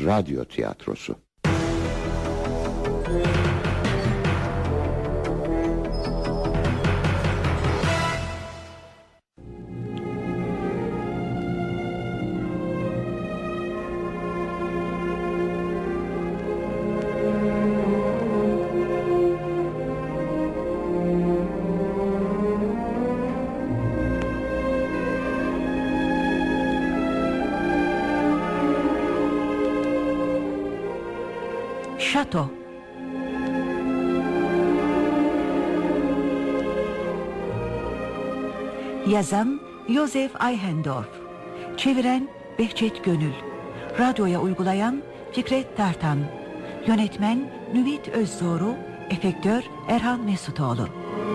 radyo tiyatrosu. Şato. Yazan Josef Eihendorf, çeviren Behçet Gönül, radyoya uygulayan Fikret Tartan, yönetmen Nüvit Özzoğru, efektör Erhan Mesutoğlu.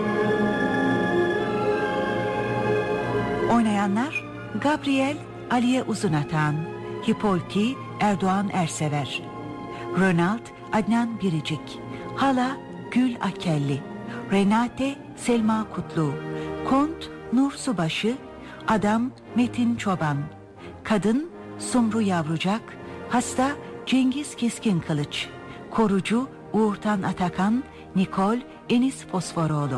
Oynayanlar: Gabriel Aliye Uzunatan, Hippolyte Erdoğan Ersever, Ronald Adnan Biricik, Hala Gül Akelli, Renate Selma Kutlu, Kont Nur Subaşı, Adam Metin Çoban, Kadın Sumru Yavrucak, Hasta Cengiz Keskin Kılıç, Korucu Uğurtan Atakan, Nikol Enis Fosforoğlu.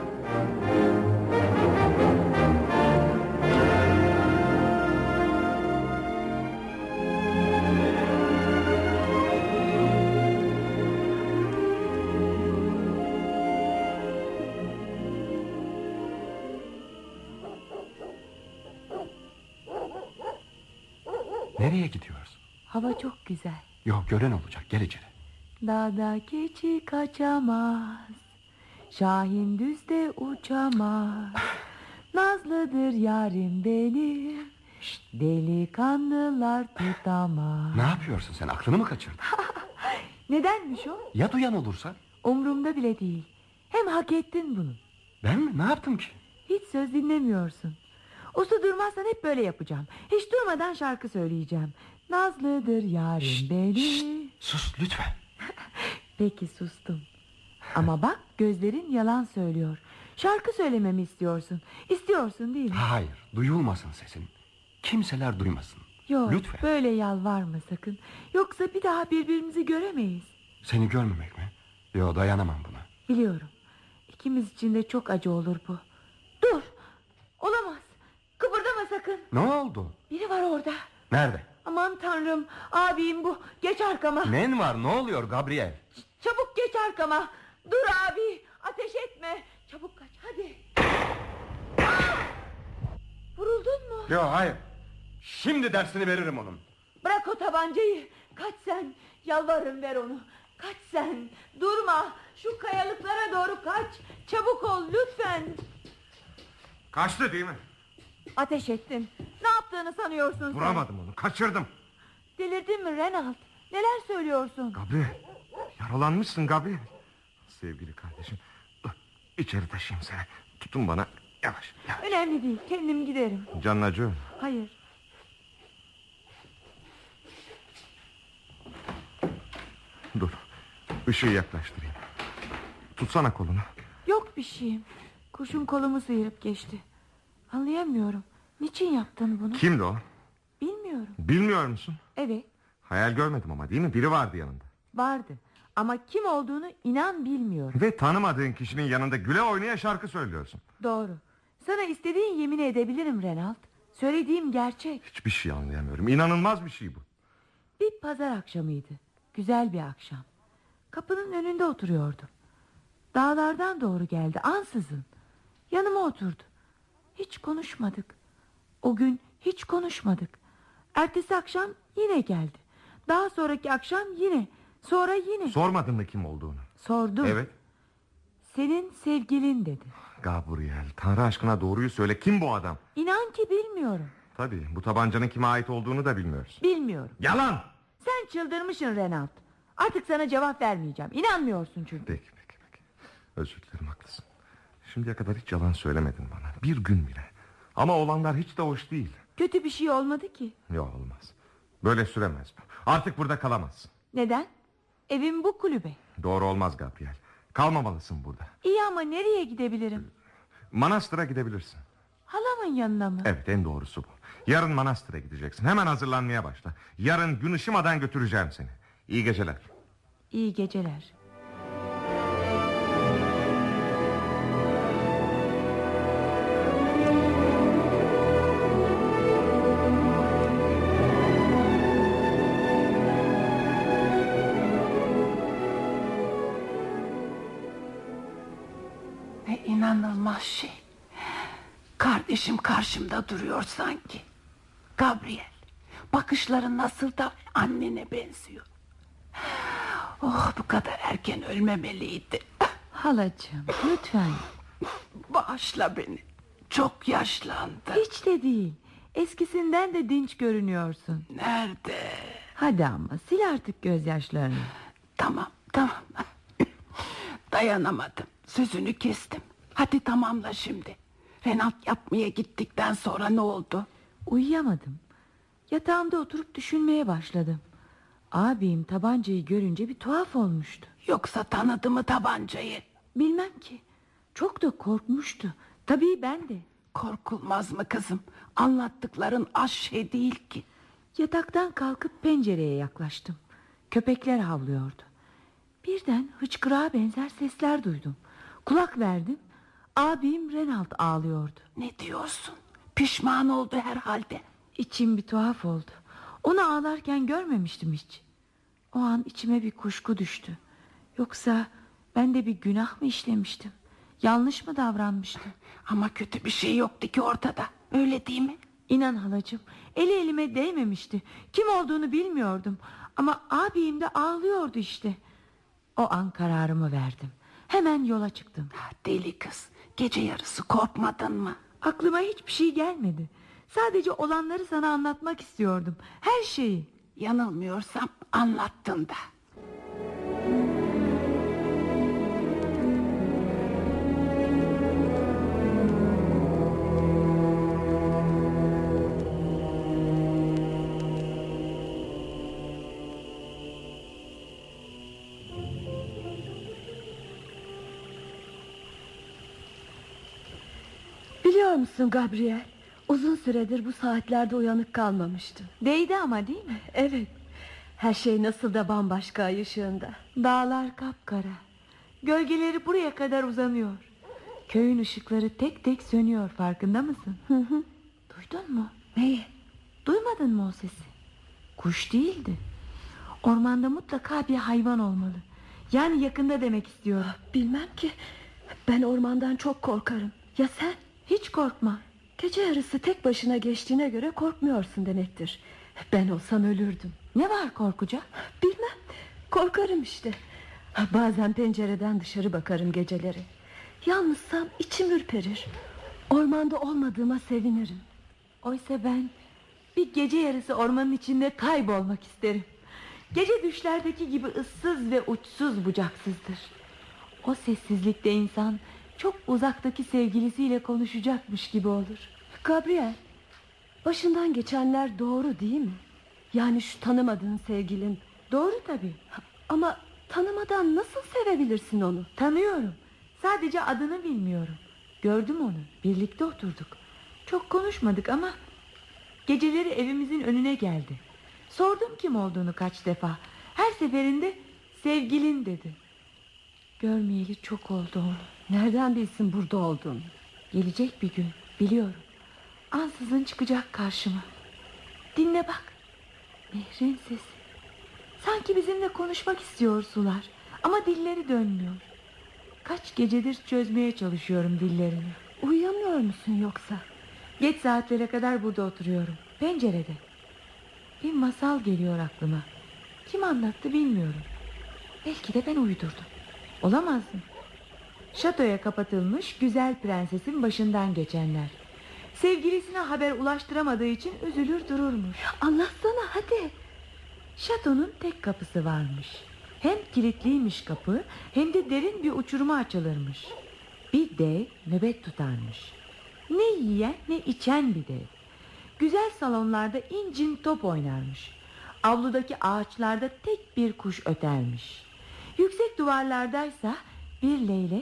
Nereye gidiyoruz? Hava çok güzel. Yok, gören olacak, gel içeri. Dağda keçi kaçamaz, Şahin düzde uçamaz. Nazlıdır yarim benim, delikanlılar tutamaz. Ne yapıyorsun sen, aklını mı kaçırdın? Nedenmiş o? Ya duyan olursa? Umrumda bile değil. Hem hak ettin bunu. Ben mi, ne yaptım ki? Hiç söz dinlemiyorsun. Uslu durmazsan hep böyle yapacağım. Hiç durmadan şarkı söyleyeceğim. Nazlıdır yarim benim. Sus lütfen. Peki, sustum. Ama bak, gözlerin yalan söylüyor. Şarkı söylememi istiyorsun. İstiyorsun değil mi? Hayır, duyulmasın sesin. Kimseler duymasın. Yok, lütfen. böyle yalvarma sakın. Yoksa bir daha birbirimizi göremeyiz. Seni görmemek mi? Yok, dayanamam buna. Biliyorum. İkimiz için de çok acı olur bu. Dur. Olamaz. Kıpırdama sakın. Ne oldu? Biri var orada. Nerede? Aman tanrım, abim bu. Geç arkama. Nen var, ne oluyor Gabriel? Çabuk geç arkama. Dur abi, ateş etme. Çabuk kaç hadi. Vuruldun mu? Yok, hayır. Şimdi dersini veririm onun. Bırak o tabancayı. Kaç sen. Yalvarırım, ver onu. Kaç sen. Durma. Şu kayalıklara doğru kaç. Çabuk ol lütfen. Kaçtı değil mi? Ateş ettin. Ne yaptığını sanıyorsun sen? Vuramadım onu, kaçırdım. Delirdin mi Renald? Neler söylüyorsun? Gabriel, yaralanmışsın Gabriel. Sevgili kardeşim, dur, içeri taşıyayım seni. Tutun bana, yavaş, yavaş. Önemli değil, kendim giderim. Canın acıyor mu? Hayır. Dur, ışığı yaklaştırayım. Tutsana kolunu. Yok bir şeyim. Kurşun kolumu sıyırıp geçti. Anlayamıyorum. Niçin yaptın bunu? Kimdi o? Bilmiyorum. Bilmiyor musun? Evet. Hayal görmedim ama, değil mi? Biri vardı yanında. Vardı. Ama kim olduğunu inan bilmiyorum. Ve tanımadığın kişinin yanında güle oynaya şarkı söylüyorsun. Doğru. Sana istediğin yemin edebilirim Renald. Söylediğim gerçek. Hiçbir şey anlayamıyorum. İnanılmaz bir şey bu. Bir pazar akşamıydı. Güzel bir akşam. Kapının önünde oturuyordum. Dağlardan doğru geldi ansızın. Yanıma oturdu. Hiç konuşmadık. O gün hiç konuşmadık. Ertesi akşam yine geldi. Daha sonraki akşam yine. Sonra yine. Sormadın mı kim olduğunu? Sordum. Evet. Senin sevgilin dedi. Gabriel, Tanrı aşkına doğruyu söyle, kim bu adam? İnan ki bilmiyorum. Tabii, bu tabancanın kime ait olduğunu da bilmiyoruz. Bilmiyorum. Yalan! Sen çıldırmışsın Renald. Artık sana cevap vermeyeceğim. İnanmıyorsun çünkü. Peki. Özür dilerim, haklısın. Şimdiye kadar hiç yalan söylemedin bana. Bir gün bile. Ama olanlar hiç de hoş değil. Kötü bir şey olmadı ki. Yok, olmaz. Böyle süremez bu. Artık burada kalamazsın. Neden? Evim bu kulübe. Doğru olmaz Gabriel. Kalmamalısın burada. İyi ama nereye gidebilirim? Manastır'a gidebilirsin. Halamın yanına mı? Evet, en doğrusu bu. Yarın manastıra gideceksin. Hemen hazırlanmaya başla. Yarın gün ışımadan götüreceğim seni. İyi geceler. İyi geceler. Ne inanılmaz şey. Kardeşim karşımda duruyor sanki. Gabriel, bakışların nasıl da annene benziyor. Oh, bu kadar erken ölmemeliydi. Halacığım, lütfen. Bağışla beni. Çok yaşlandı. Hiç de değil. Eskisinden de dinç görünüyorsun. Nerede? Hadi ama sil artık gözyaşlarını. Tamam. Dayanamadım. Sözünü kestim. Hadi tamamla şimdi. Renald yapmaya gittikten sonra ne oldu? Uyuyamadım. Yatağımda oturup düşünmeye başladım. Abim tabancayı görünce bir tuhaf olmuştu. Yoksa tanıdı mı tabancayı? Bilmem ki. Çok da korkmuştu. Tabii ben de. Korkulmaz mı kızım? Anlattıkların az şey değil ki. Yataktan kalkıp pencereye yaklaştım. Köpekler havlıyordu. Birden hıçkırığa benzer sesler duydum. Kulak verdim. Abim Renald ağlıyordu. Ne diyorsun? Pişman oldu herhalde. İçim bir tuhaf oldu. Onu ağlarken görmemiştim hiç. O an içime bir kuşku düştü. Yoksa ben de bir günah mı işlemiştim? Yanlış mı davranmıştım? Ama kötü bir şey yoktu ki ortada. Öyle değil mi? İnan halacığım, eli elime değmemişti. Kim olduğunu bilmiyordum. Ama abim de ağlıyordu işte. O an kararımı verdim. Hemen yola çıktım. Deli kız, gece yarısı korkmadın mı? Aklıma hiçbir şey gelmedi. Sadece olanları sana anlatmak istiyordum. Her şeyi. Yanılmıyorsam anlattın da. Biliyor musun Gabriel? Uzun süredir bu saatlerde uyanık kalmamıştım. Değdi ama değil mi? Evet. Her şey nasıl da bambaşka ay ışığında. Dağlar kapkara. Gölgeleri buraya kadar uzanıyor. Köyün ışıkları tek tek sönüyor, farkında mısın? Hı. Duydun mu? Neyi? Duymadın mı o sesi? Kuş değildi. Ormanda mutlaka bir hayvan olmalı. Yani yakında demek istiyorum. Bilmem ki. Ben ormandan çok korkarım. Ya sen? Hiç korkma. Gece yarısı tek başına geçtiğine göre korkmuyorsun demektir. Ben olsam ölürdüm. Ne var korkacak? Bilmem. Korkarım işte. Bazen pencereden dışarı bakarım geceleri. Yalnızsam içim ürperir. Ormanda olmadığıma sevinirim. Oysa ben bir gece yarısı ormanın içinde kaybolmak isterim. Gece düşlerdeki gibi ıssız ve uçsuz bucaksızdır. O sessizlikte insan çok uzaktaki sevgilisiyle konuşacakmış gibi olur. Gabriel, başından geçenler doğru değil mi? Yani şu tanımadığın sevgilin. Doğru tabii. Ama tanımadan nasıl sevebilirsin onu? Tanıyorum. Sadece adını bilmiyorum. Gördüm onu. Birlikte oturduk. Çok konuşmadık ama geceleri evimizin önüne geldi. Sordum kim olduğunu kaç defa. Her seferinde sevgilin dedi. Görmeyeli çok oldu onu. Nereden bilsin burada olduğunu? Gelecek bir gün, biliyorum. Ansızın çıkacak karşıma. Dinle bak. Nehrin sesi. Sanki bizimle konuşmak istiyor sular. Ama dilleri dönmüyor. Kaç gecedir çözmeye çalışıyorum dillerini. Uyuyamıyor musun yoksa? Geç saatlere kadar burada oturuyorum. Pencerede. Bir masal geliyor aklıma. Kim anlattı bilmiyorum. Belki de ben uydurdum. Olamaz mı? Şatoya kapatılmış güzel prensesin başından geçenler. Sevgilisine haber ulaştıramadığı için üzülür dururmuş. Anlatsana hadi. Şatonun tek kapısı varmış. Hem kilitliymiş kapı, hem de derin bir uçuruma açılırmış. Bir dev nöbet tutarmış. Ne yiyen ne içen bir dev. Güzel salonlarda incin top oynarmış. Avludaki ağaçlarda tek bir kuş ötermiş. Yüksek duvarlardaysa bir leylek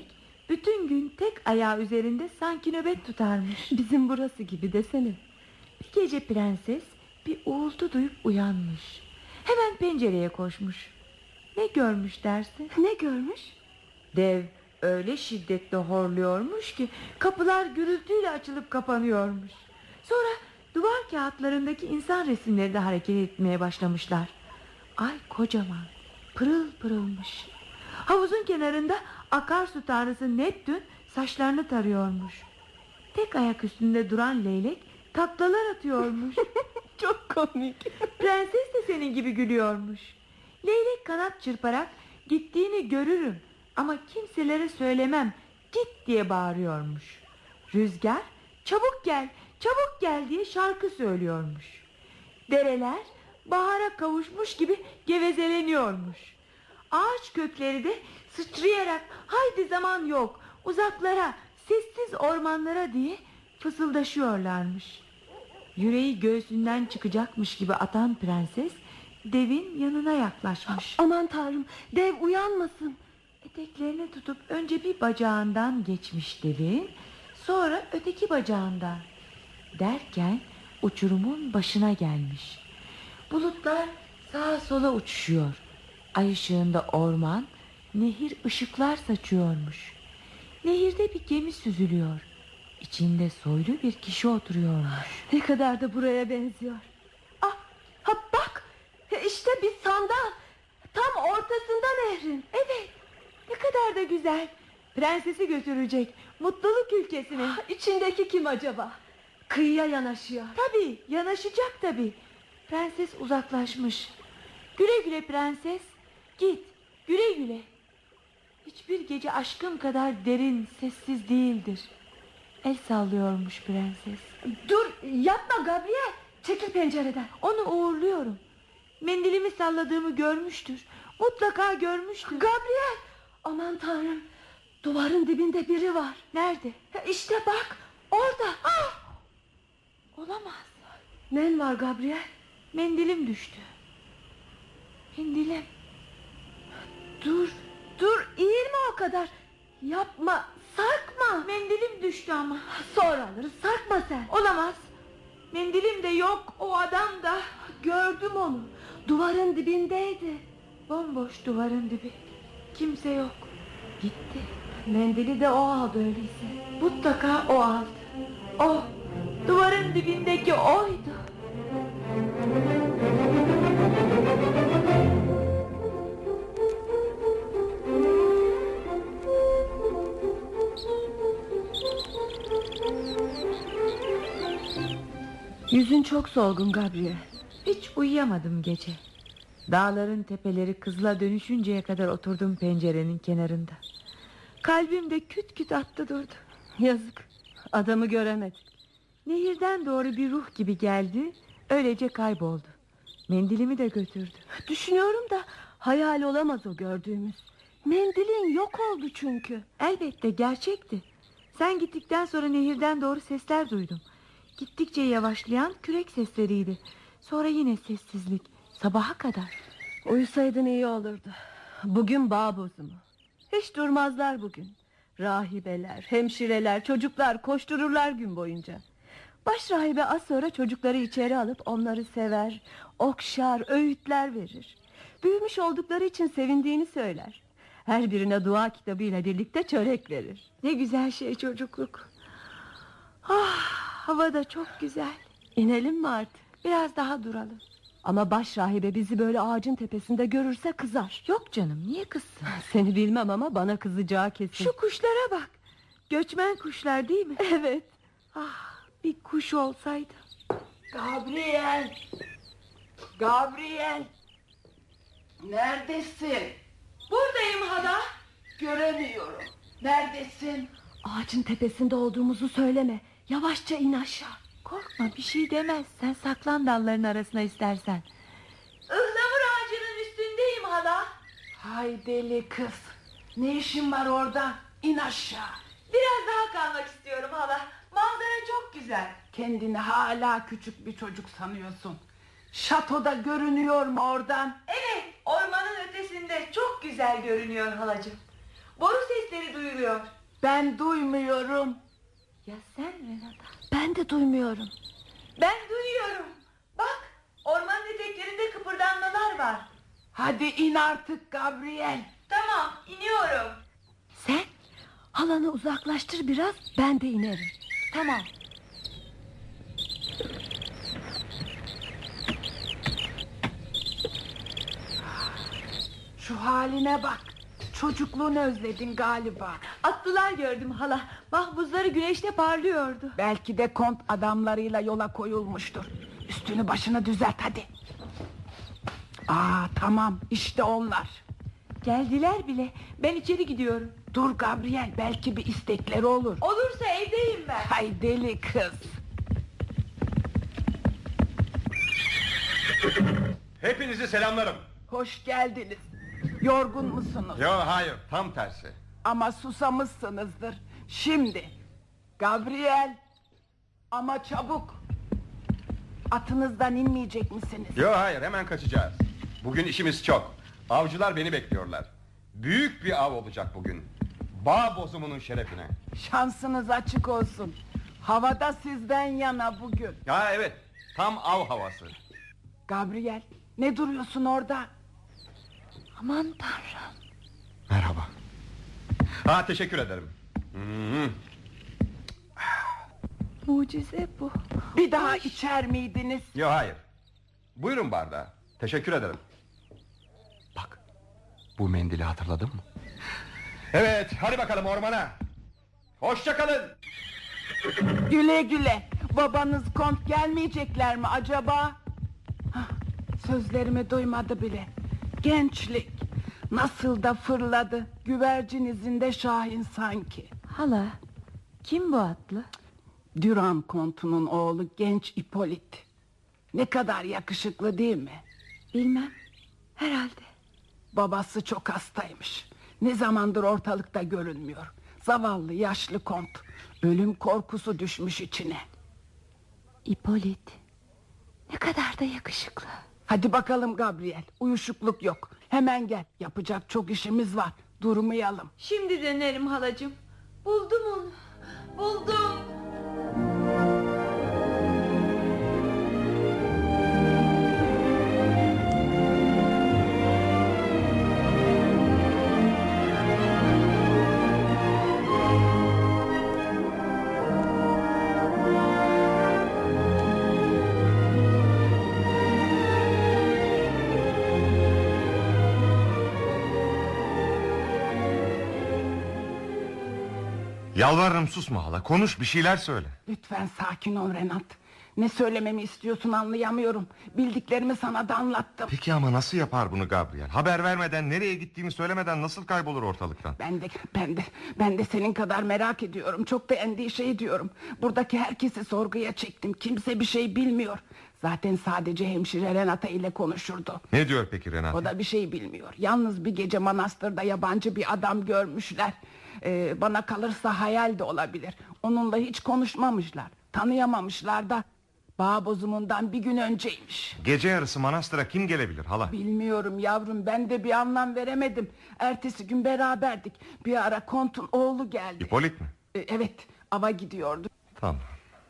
Bütün gün tek ayağı üzerinde sanki nöbet tutarmış. Bizim burası gibi desene. Bir gece prenses bir uğultu duyup uyanmış. Hemen pencereye koşmuş. Ne görmüş dersin? Ne görmüş? Dev öyle şiddetle horluyormuş ki kapılar gürültüyle açılıp kapanıyormuş. Sonra duvar kağıtlarındaki insan resimleri de hareket etmeye başlamışlar. Ay kocaman, pırıl pırılmış. Havuzun kenarında akarsu tanrısı Neptün saçlarını tarıyormuş. Tek ayak üstünde duran leylek taklalar atıyormuş. Çok komik. Prenses de senin gibi gülüyormuş. Leylek kanat çırparak gittiğini görürüm ama kimselere söylemem, git diye bağırıyormuş. Rüzgar çabuk gel, çabuk gel diye şarkı söylüyormuş. Dereler bahara kavuşmuş gibi gevezeleniyormuş. Ağaç kökleri de sıçrayarak haydi zaman yok, uzaklara, sessiz ormanlara diye fısıldaşıyorlarmış. Yüreği göğsünden çıkacakmış gibi atan prenses devin yanına yaklaşmış. Aman tanrım, dev uyanmasın. Eteklerini tutup önce bir bacağından geçmiş devin, sonra öteki bacağından. Derken uçurumun başına gelmiş. Bulutlar sağa sola uçuşuyor. Ay ışığında orman, nehir ışıklar saçıyormuş. Nehirde bir gemi süzülüyor. İçinde soylu bir kişi oturuyormuş. Ne kadar da buraya benziyor. Ah, ha bak, işte bir sandal. Tam ortasında nehrin. Evet, ne kadar da güzel. Prensesi götürecek, mutluluk ülkesine. İçindeki kim acaba? Kıyıya yanaşıyor. Tabii, yanaşacak tabii. Prenses uzaklaşmış. Güle güle prenses, git, güle güle. Hiçbir gece aşkım kadar derin, sessiz değildir. El sallıyormuş prenses. Dur, yapma Gabriel. Çekil pencereden. Onu uğurluyorum. Mendilimi salladığımı görmüştür. Mutlaka görmüştür. Gabriel, aman tanrım, duvarın dibinde biri var. Nerede? İşte bak, orada. Ah! Olamaz. Nen var Gabriel? Mendilim düştü. Mendilim. Dur, eğilme o kadar. Yapma, sarkma. Mendilim düştü ama. Sonra alırız, sarkma sen. Olamaz. Mendilim de yok, o adam da. Gördüm onu, duvarın dibindeydi. Bomboş duvarın dibi. Kimse yok. Gitti. Mendili de o aldı öyleyse. Mutlaka o aldı. O, duvarın dibindeki oydu. Yüzün çok solgun Gabriel. Hiç uyuyamadım gece. Dağların tepeleri kızıla dönüşünceye kadar oturdum pencerenin kenarında. Kalbim de küt küt attı durdu. Yazık, adamı göremedik. Nehirden doğru bir ruh gibi geldi, öylece kayboldu. Mendilimi de götürdü. Düşünüyorum da hayal olamaz o gördüğümüz. Mendilin yok oldu çünkü. Elbette gerçekti. Sen gittikten sonra nehirden doğru sesler duydum. Gittikçe yavaşlayan kürek sesleriydi. Sonra yine sessizlik, sabaha kadar. Uyusaydın iyi olurdu. Bugün bağ bozumu. Hiç durmazlar bugün. Rahibeler, hemşireler, çocuklar koştururlar gün boyunca. Baş rahibe az sonra çocukları içeri alıp onları sever, okşar, öğütler verir. Büyümüş oldukları için sevindiğini söyler. Her birine dua kitabıyla birlikte çörek verir. Ne güzel şey çocukluk. Ah, hava da çok güzel. İnelim mi artık? Biraz daha duralım. Ama baş rahibe bizi böyle ağacın tepesinde görürse kızar. Yok canım, niye kızsın? Seni bilmem ama bana kızacağı kesin. Şu kuşlara bak. Göçmen kuşlar değil mi? Evet. Ah, bir kuş olsaydı. Gabriel! Gabriel! Neredesin? Buradayım hala. Göremiyorum. Neredesin? Ağacın tepesinde olduğumuzu söyleme. Yavaşça in aşağı. Korkma, bir şey demez. Sen saklan dalların arasına istersen. Ihlamur ağacının üstündeyim hala. Hay deli kız. Ne işin var orada? İn aşağı. Biraz daha kalmak istiyorum hala. Manzara çok güzel. Kendini hala küçük bir çocuk sanıyorsun. Şatoda görünüyor mu oradan? Evet, ormanın ötesinde çok güzel görünüyor halacığım. Boru sesleri duyuluyor. Ben duymuyorum. Ya sen Renata? Ben de duymuyorum. Ben duyuyorum. Bak, ormanın eteklerinde kıpırdanmalar var. Hadi in artık Gabriel. Tamam, iniyorum. Sen halanı uzaklaştır biraz, ben de inerim. Tamam. Şu haline bak. Çocukluğunu özledin galiba. Atlılar gördüm hala. Mahpusları güneşte parlıyordu. Belki de kont adamlarıyla yola koyulmuştur. Üstünü başını düzelt hadi. Tamam, işte onlar. Geldiler bile. Ben içeri gidiyorum. Dur Gabriel, belki bir istekleri olur. Olursa evdeyim ben. Hay deli kız. Hepinizi selamlarım. Hoş geldiniz. Yorgun musunuz? Yo, hayır, tam tersi. Ama susamışsınızdır. Şimdi Gabriel, ama çabuk. Atınızdan inmeyecek misiniz? Yo, hayır, hemen kaçacağız. Bugün işimiz çok. Avcılar beni bekliyorlar. Büyük bir av olacak bugün. Bağ bozumunun şerefine. Şansınız açık olsun. Havada sizden yana bugün. Ya evet, tam av havası. Gabriel, ne duruyorsun orada? Aman Tanrım. Merhaba. Teşekkür ederim. Mucize bu. Bir daha içer miydiniz? Yo, hayır. Buyurun bardağı. Teşekkür ederim. Bak, bu mendili hatırladın mı? Evet, hadi bakalım ormana. Hoşça kalın. Güle güle. Babanız kont gelmeyecekler mi acaba? Sözlerimi duymadı bile. Gençlik nasıl da fırladı. Güvercin izinde Şahin sanki. Hala, kim bu atlı? Duran kontunun oğlu genç Hippolyte. Ne kadar yakışıklı değil mi? Bilmem. Herhalde. Babası çok hastaymış. Ne zamandır ortalıkta görünmüyor. Zavallı yaşlı kont. Ölüm korkusu düşmüş içine. Hippolyte. Ne kadar da yakışıklı. Hadi bakalım Gabriel. Uyuşukluk yok. Hemen gel. Yapacak çok işimiz var. Durmayalım. Şimdi dönerim halacığım. Buldum onu. Buldum. Yalvarırım susma hala, konuş, bir şeyler söyle. Lütfen sakin ol Renat. Ne söylememi istiyorsun anlayamıyorum. Bildiklerimi sana da anlattım. Peki ama nasıl yapar bunu Gabriel? Haber vermeden, nereye gittiğini söylemeden nasıl kaybolur ortalıktan? Ben de senin kadar merak ediyorum. Çok da endişe ediyorum. Buradaki herkesi sorguya çektim. Kimse bir şey bilmiyor. Zaten sadece hemşire Renata ile konuşurdu. Ne diyor peki Renata? O da bir şey bilmiyor. Yalnız bir gece manastırda yabancı bir adam görmüşler. Bana kalırsa hayal de olabilir. Onunla hiç konuşmamışlar. Tanıyamamışlar da. Bağ bozumundan bir gün önceymiş. Gece yarısı manastıra kim gelebilir hala? Bilmiyorum yavrum, ben de bir anlam veremedim. Ertesi gün beraberdik. Bir ara kontun oğlu geldi. Hippolyte mi? Evet, ava gidiyordu. Tamam.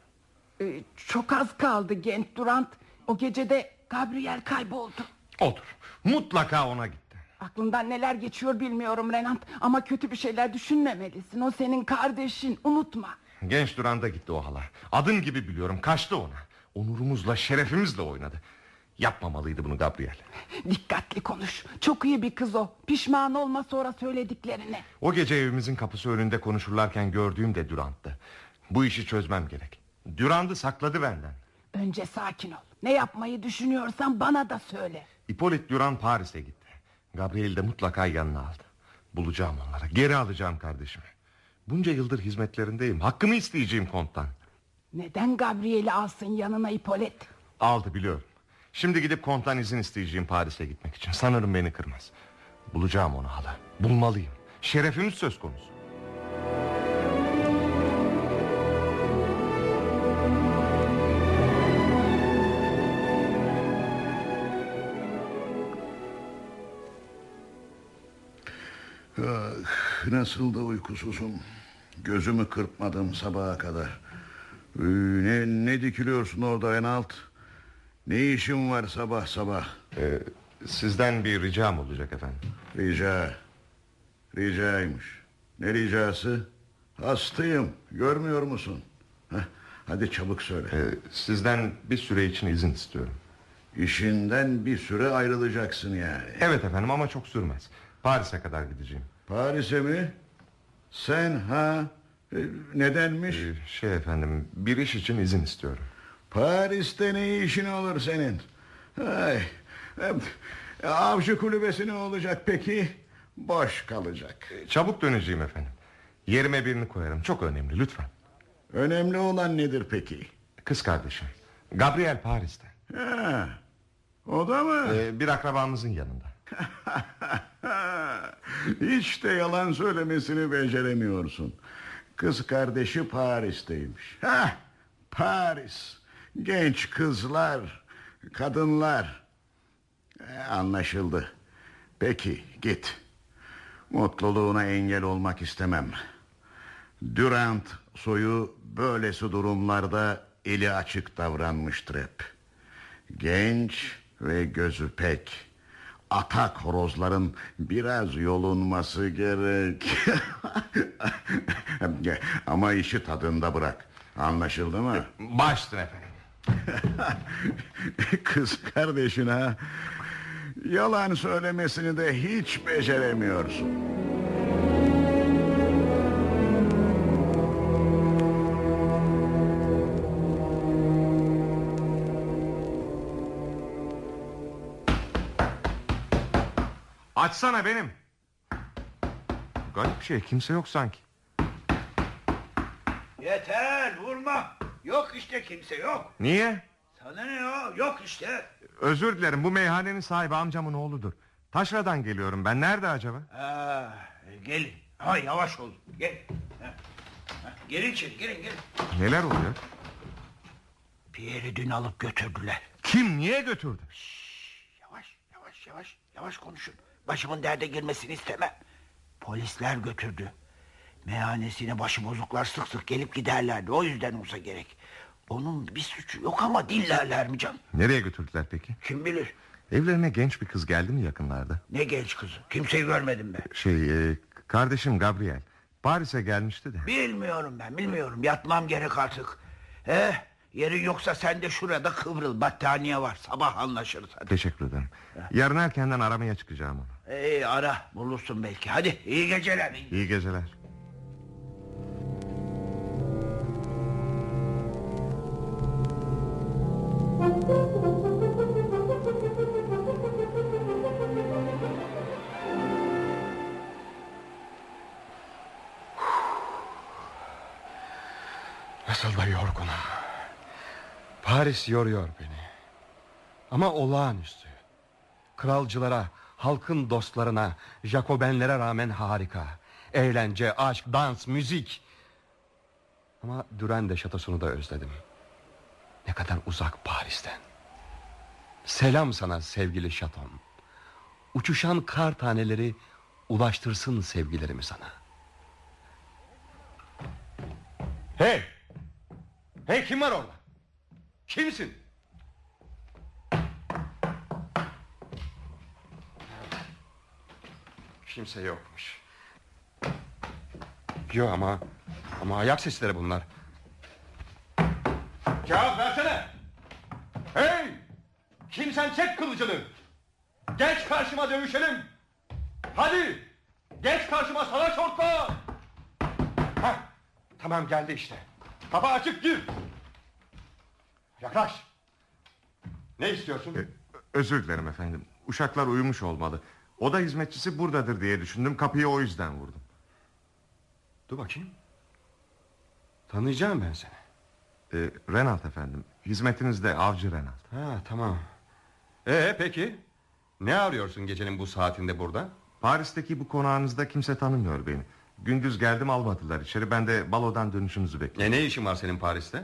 Çok az kaldı genç Durant. O gecede Gabriel kayboldu. Otur, mutlaka ona gitti. Aklından neler geçiyor bilmiyorum Renat. Ama kötü bir şeyler düşünmemelisin. O senin kardeşin, unutma. Genç Duran'da gitti o hala. Adım gibi biliyorum, kaçtı ona. Onurumuzla, şerefimizle oynadı. Yapmamalıydı bunu Gabriel. Dikkatli konuş. Çok iyi bir kız o. Pişman olma sonra söylediklerine. O gece evimizin kapısı önünde konuşurlarken gördüğüm de Durant'tı. Bu işi çözmem gerek. Durant'ı sakladı benden. Önce sakin ol. Ne yapmayı düşünüyorsan bana da söyle. Hippolyte Durant Paris'e gitti. Gabriel de mutlaka yanına aldı. Bulacağım onları, geri alacağım kardeşimi. Bunca yıldır hizmetlerindeyim. Hakkımı isteyeceğim konttan. Neden Gabriel'i alsın yanına Hippolyte? Aldı biliyorum. Şimdi gidip konttan izin isteyeceğim Paris'e gitmek için. Sanırım beni kırmaz. Bulacağım onu hala. Bulmalıyım. Şerefimiz söz konusu. Nasıl da uykusuzum. Gözümü kırpmadım sabaha kadar. Ne dikiliyorsun orada Renault? Ne işin var sabah sabah? Sizden bir ricam olacak efendim. Ricaymış. Ne ricası? Hastayım, görmüyor musun? Hadi çabuk söyle. Sizden bir süre için izin istiyorum. İşinden bir süre ayrılacaksın yani. Evet efendim, ama çok sürmez. Paris'e kadar gideceğim. Paris'e mi? Sen ha? Nedenmiş? Efendim, bir iş için izin istiyorum. Paris'te ne işin olur senin? Ay, avcı kulübesi ne olacak peki? Boş kalacak. Çabuk döneceğim efendim. Yerime birini koyarım, çok önemli, lütfen. Önemli olan nedir peki? Kız kardeşim Gabriel Paris'te. O da mı? Bir akrabamızın yanında. Hiç de yalan söylemesini beceremiyorsun. Kız kardeşi Paris'teymiş. Paris. Genç kızlar, kadınlar. Anlaşıldı. Peki git. Mutluluğuna engel olmak istemem. Durant soyu böylesi durumlarda eli açık davranmıştır hep. Genç ve gözü pek. Atak horozların biraz yolunması gerek. Ama işi tadında bırak. Anlaşıldı mı? Başsın efendim. Kız kardeşine yalan söylemesini de hiç beceremiyorsun. Açsana benim. Garip şey, kimse yok sanki. Yeter, vurma. Yok işte, kimse yok. Niye? Sana ne o? Yok işte. Özür dilerim, bu meyhanenin sahibi amcamın oğludur. Taşra'dan geliyorum ben, nerede acaba? Gelin. Yavaş ol. Gel. Gelin içeri, gelin. Neler oluyor? Pierre'i dün alıp götürdüler. Kim, niye götürdü? Yavaş konuşun. Başımın derde girmesini istemem. Polisler götürdü. Meyhanesine başıbozuklar sık sık gelip giderlerdi. O yüzden olsa gerek. Onun bir suçu yok ama dillerler mi canım? Nereye götürdüler peki? Kim bilir? Evlerine genç bir kız geldi mi yakınlarda? Ne genç kızı? Kimseyi görmedim ben. Kardeşim Gabriel Paris'e gelmişti de. Bilmiyorum. Yatmam gerek artık. Yerin yoksa sen de şurada kıvrıl. Battaniye var, sabah anlaşırız hadi. Teşekkür ederim. Yarın erkenden aramaya çıkacağım onu. Ara, bulursun belki. Hadi, iyi geceler. İyi geceler. Nasıl da yorgunum. Paris yoruyor beni. Ama olağanüstü. Kralcılara, halkın dostlarına, Jacobenlere rağmen harika. Eğlence, aşk, dans, müzik. Ama Durande şatosunu da özledim. Ne kadar uzak Paris'ten. Selam sana sevgili şatom. Uçuşan kar taneleri ulaştırsın sevgilerimi sana. Hey! Hey, kim var orada? Kimsin? Kimse yokmuş. Yok ama ayak sesleri bunlar. Cevap versene. Hey! Kimsen çek kılıcını. Geç karşıma dövüşelim. Hadi. Geç karşıma savaş ortağı. Tamam, geldi işte. Kapı açık, gir. Yaklaş. Ne istiyorsun? Özür dilerim efendim. Uşaklar uyumuş olmalı. Oda hizmetçisi buradadır diye düşündüm. Kapıyı o yüzden vurdum. Dur bakayım. Tanıyacağım ben seni. Renault efendim. Hizmetinizde avcı Renault. Tamam. Peki. Ne arıyorsun gecenin bu saatinde burada? Paris'teki bu konağınızda kimse tanımıyor beni. Gündüz geldim, almadılar içeri. Ben de balodan dönüşünüzü bekliyorum. Ne işin var senin Paris'te?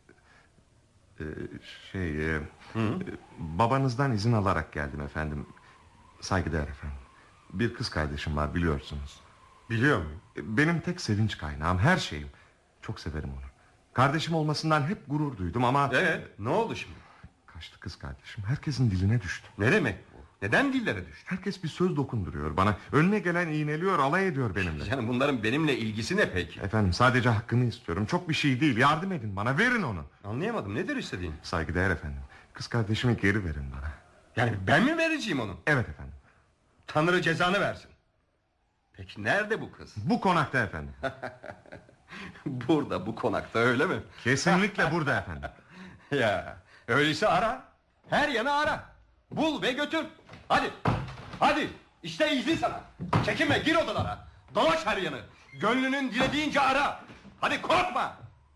Babanızdan izin alarak geldim efendim. Saygıdeğer efendim. Bir kız kardeşim var, biliyorsunuz. Biliyor muyum? Benim tek sevinç kaynağım, her şeyim. Çok severim onu. Kardeşim olmasından hep gurur duydum ama... Evet, ne oldu şimdi? Kaçtı kız kardeşim, herkesin diline düştü. Ne demek bu? Neden dillere düştü? Herkes bir söz dokunduruyor bana. Önüne gelen iğneliyor, alay ediyor benimle. Yani bunların benimle ilgisi ne peki? Efendim, sadece hakkını istiyorum. Çok bir şey değil, yardım edin bana, verin onu. Anlayamadım, nedir istediğin? Saygıdeğer efendim, kız kardeşimi geri verin bana. Yani ben mi vereceğim onu? Evet efendim. Tanrı cezanı versin. Peki nerede bu kız? Bu konakta efendim. Burada, bu konakta, öyle mi? Kesinlikle burada efendim. Ya öyleyse ara. Her yanı ara. Bul ve götür. Hadi. Hadi. İşte izin sana. Çekinme, gir odalara. Dolaş her yanı. Gönlünün dilediğince ara. Hadi korkma.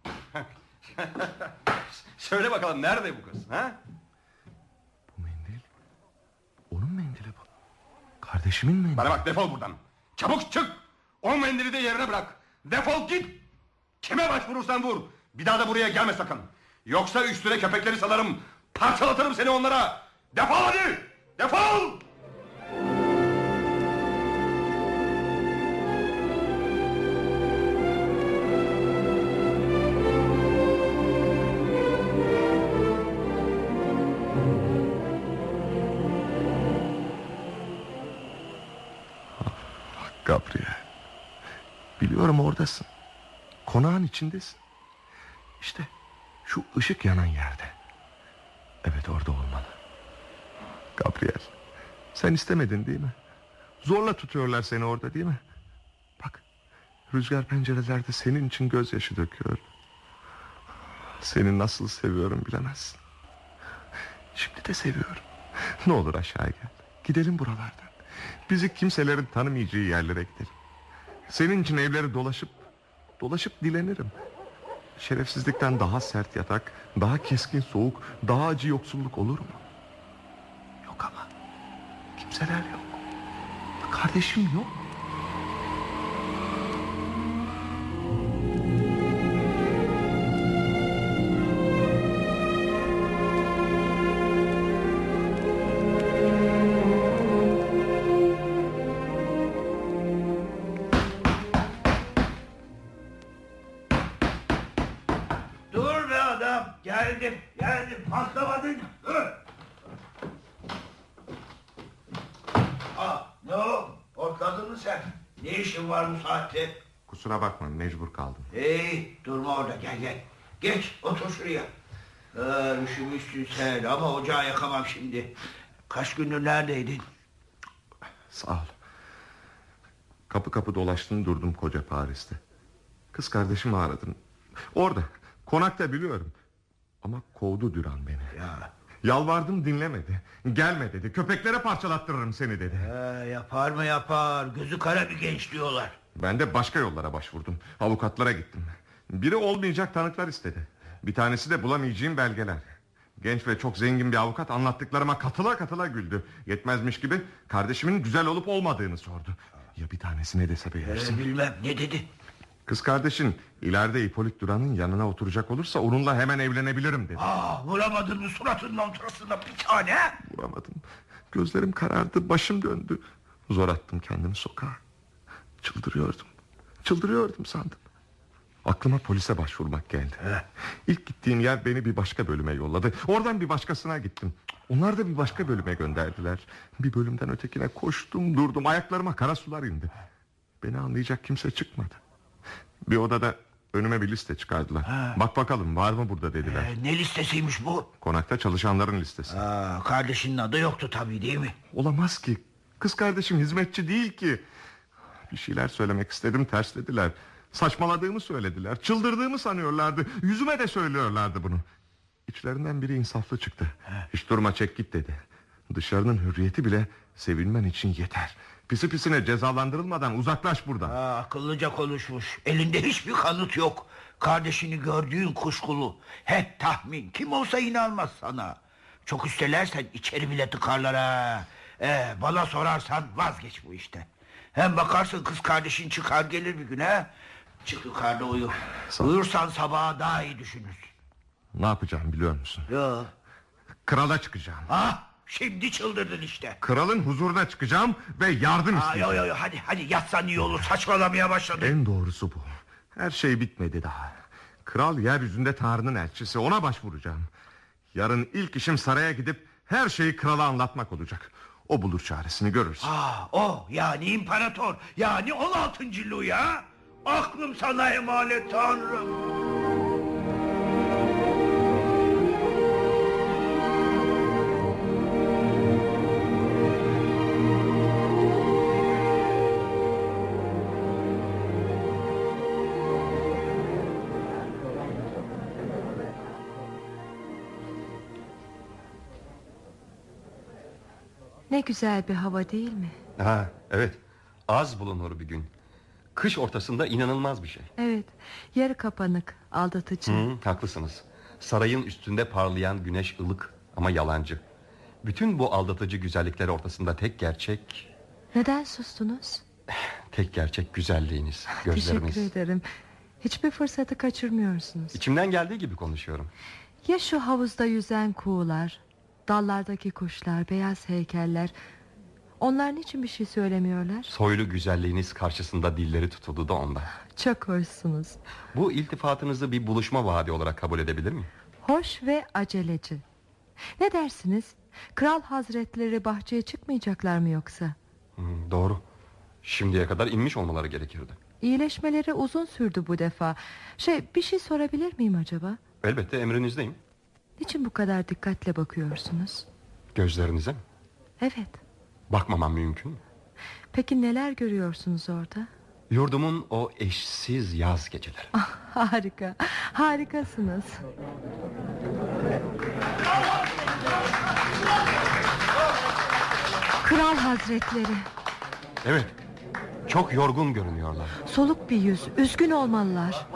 Söyle bakalım, nerede bu kız? Ha? Bu mendil, onun mendili bu. Kardeşimin mendili. Bana bak, defol buradan. Çabuk çık. O mendili de yerine bırak. Defol git. Kime başvurursan vur. Bir daha da buraya gelme sakın. Yoksa üstüne köpekleri salarım. Parçalatırım seni onlara. Defol hadi. Defol. Gabriel, biliyorum oradasın. Konağın içindesin. İşte şu ışık yanan yerde. Evet, orada olmalı. Gabriel, sen istemedin değil mi? Zorla tutuyorlar seni orada değil mi? Bak, rüzgar pencerelerde senin için gözyaşı döküyor. Seni nasıl seviyorum bilemezsin. Şimdi de seviyorum. Ne olur aşağı gel. Gidelim buralardan. Bizi kimselerin tanımayacağı yerlere gidelim. Senin için evleri dolaşıp dilenirim. Şerefsizlikten daha sert yatak, daha keskin soğuk, daha acı yoksulluk olur mu? Yok ama. Kimseler yok. Kardeşim yok. Dur be adam. Geldim. Patlamadın. Dur. Ne o? Hortladın mı sen? Ne işin var bu saatte? Kusura bakma, mecbur kaldım. Hey, durma orada, gel. Geç, otur şuraya. Üşümüşsün sen ama ocağı yakamam şimdi. Kaç gündür neredeydin? Sağ ol. Kapı kapı dolaştım durdum koca Paris'te. Kız kardeşimi aradım. Orada, konakta biliyorum. Ama kovdu Düran beni. Ya. Yalvardım, dinlemedi. Gelme dedi, köpeklere parçalattırırım seni dedi. Yapar mı yapar, gözü kara bir genç diyorlar. Ben de başka yollara başvurdum. Avukatlara gittim. Biri olmayacak tanıklar istedi. Bir tanesi de bulamayacağım belgeler. Genç ve çok zengin bir avukat anlattıklarıma katıla katıla güldü. Yetmezmiş gibi kardeşimin güzel olup olmadığını sordu. Ya bir tanesi ne dese beğenirsin? Bilmem, ne dedi? Kız kardeşin ileride Hippolyte Duran'ın yanına oturacak olursa onunla hemen evlenebilirim dedi. Vuramadın mı suratının ortasına bir tane? Vuramadım. Gözlerim karardı, başım döndü. Zor attım kendimi sokağa. Çıldırıyordum sandım. Aklıma polise başvurmak geldi. İlk gittiğim yer beni bir başka bölüme yolladı. Oradan bir başkasına gittim. Onlar da bir başka bölüme gönderdiler. Bir bölümden ötekine koştum durdum. Ayaklarıma kara sular indi. Beni anlayacak kimse çıkmadı. Bir odada önüme bir liste çıkardılar. Bak bakalım var mı burada dediler. Ne listesiymiş bu? Konakta çalışanların listesi. Kardeşinin adı yoktu tabii, değil mi? Olamaz ki. Kız kardeşim hizmetçi değil ki. Bir şeyler söylemek istedim, terslediler. Saçmaladığımı söylediler. Çıldırdığımı sanıyorlardı. Yüzüme de söylüyorlardı bunu. İçlerinden biri insaflı çıktı. Hiç durma, çek git dedi. Dışarının hürriyeti bile sevilmen için yeter. Pisi pisine cezalandırılmadan uzaklaş buradan. Akıllıca konuşmuş. Elinde hiçbir kanıt yok. Kardeşini gördüğün kuşkulu. Hep tahmin. Kim olsa inanmaz sana. Çok üstelersen içeri bile tıkarlar ha. Bana sorarsan vazgeç bu işte. Hem bakarsın kız kardeşin çıkar gelir bir gün ha. Çık yukarıda uyu. Uyursan sabaha daha iyi düşünürsün. Ne yapacağım biliyor musun? Ya. Krala çıkacağım. Şimdi çıldırdın işte. Kralın huzuruna çıkacağım ve yardım isteyeceğim. Yo, hadi yatsan iyi olur, saçmalamaya başladın. En doğrusu bu. Her şey bitmedi daha. Kral yeryüzünde Tanrı'nın elçisi, ona başvuracağım. Yarın ilk işim saraya gidip her şeyi krala anlatmak olacak. O bulur çaresini, görürsün. O yani imparator, yani 16. Louis ha? Aklım sana emanet Tanrım. Ne güzel bir hava değil mi? Ha, evet. Az bulunur bir gün. Kış ortasında inanılmaz bir şey. Evet, yarı kapanık, aldatıcı. Haklısınız. Sarayın üstünde parlayan güneş ılık ama yalancı. Bütün bu aldatıcı güzellikler ortasında tek gerçek... Neden sustunuz? Tek gerçek güzelliğiniz, gözleriniz. Teşekkür ederim. Hiçbir fırsatı kaçırmıyorsunuz. İçimden geldiği gibi konuşuyorum. Ya şu havuzda yüzen kuğular, dallardaki kuşlar, beyaz heykeller... Onlar niçin bir şey söylemiyorlar? Soylu güzelliğiniz karşısında dilleri tutuldu da ondan. Çok hoşsunuz. Bu iltifatınızı bir buluşma vaadi olarak kabul edebilir miyim? Hoş ve aceleci. Ne dersiniz? Kral hazretleri bahçeye çıkmayacaklar mı yoksa? Doğru. Şimdiye kadar inmiş olmaları gerekirdi. İyileşmeleri uzun sürdü bu defa. Bir şey sorabilir miyim acaba? Elbette, emrinizdeyim. Niçin bu kadar dikkatle bakıyorsunuz? Gözlerinize mi? Evet. Bakmamam mümkün mü? Peki neler görüyorsunuz orada? Yurdumun o eşsiz yaz geceleri. Harika. Harikasınız. Kral hazretleri. Evet. Çok yorgun görünüyorlar. Soluk bir yüz, üzgün olmalılar.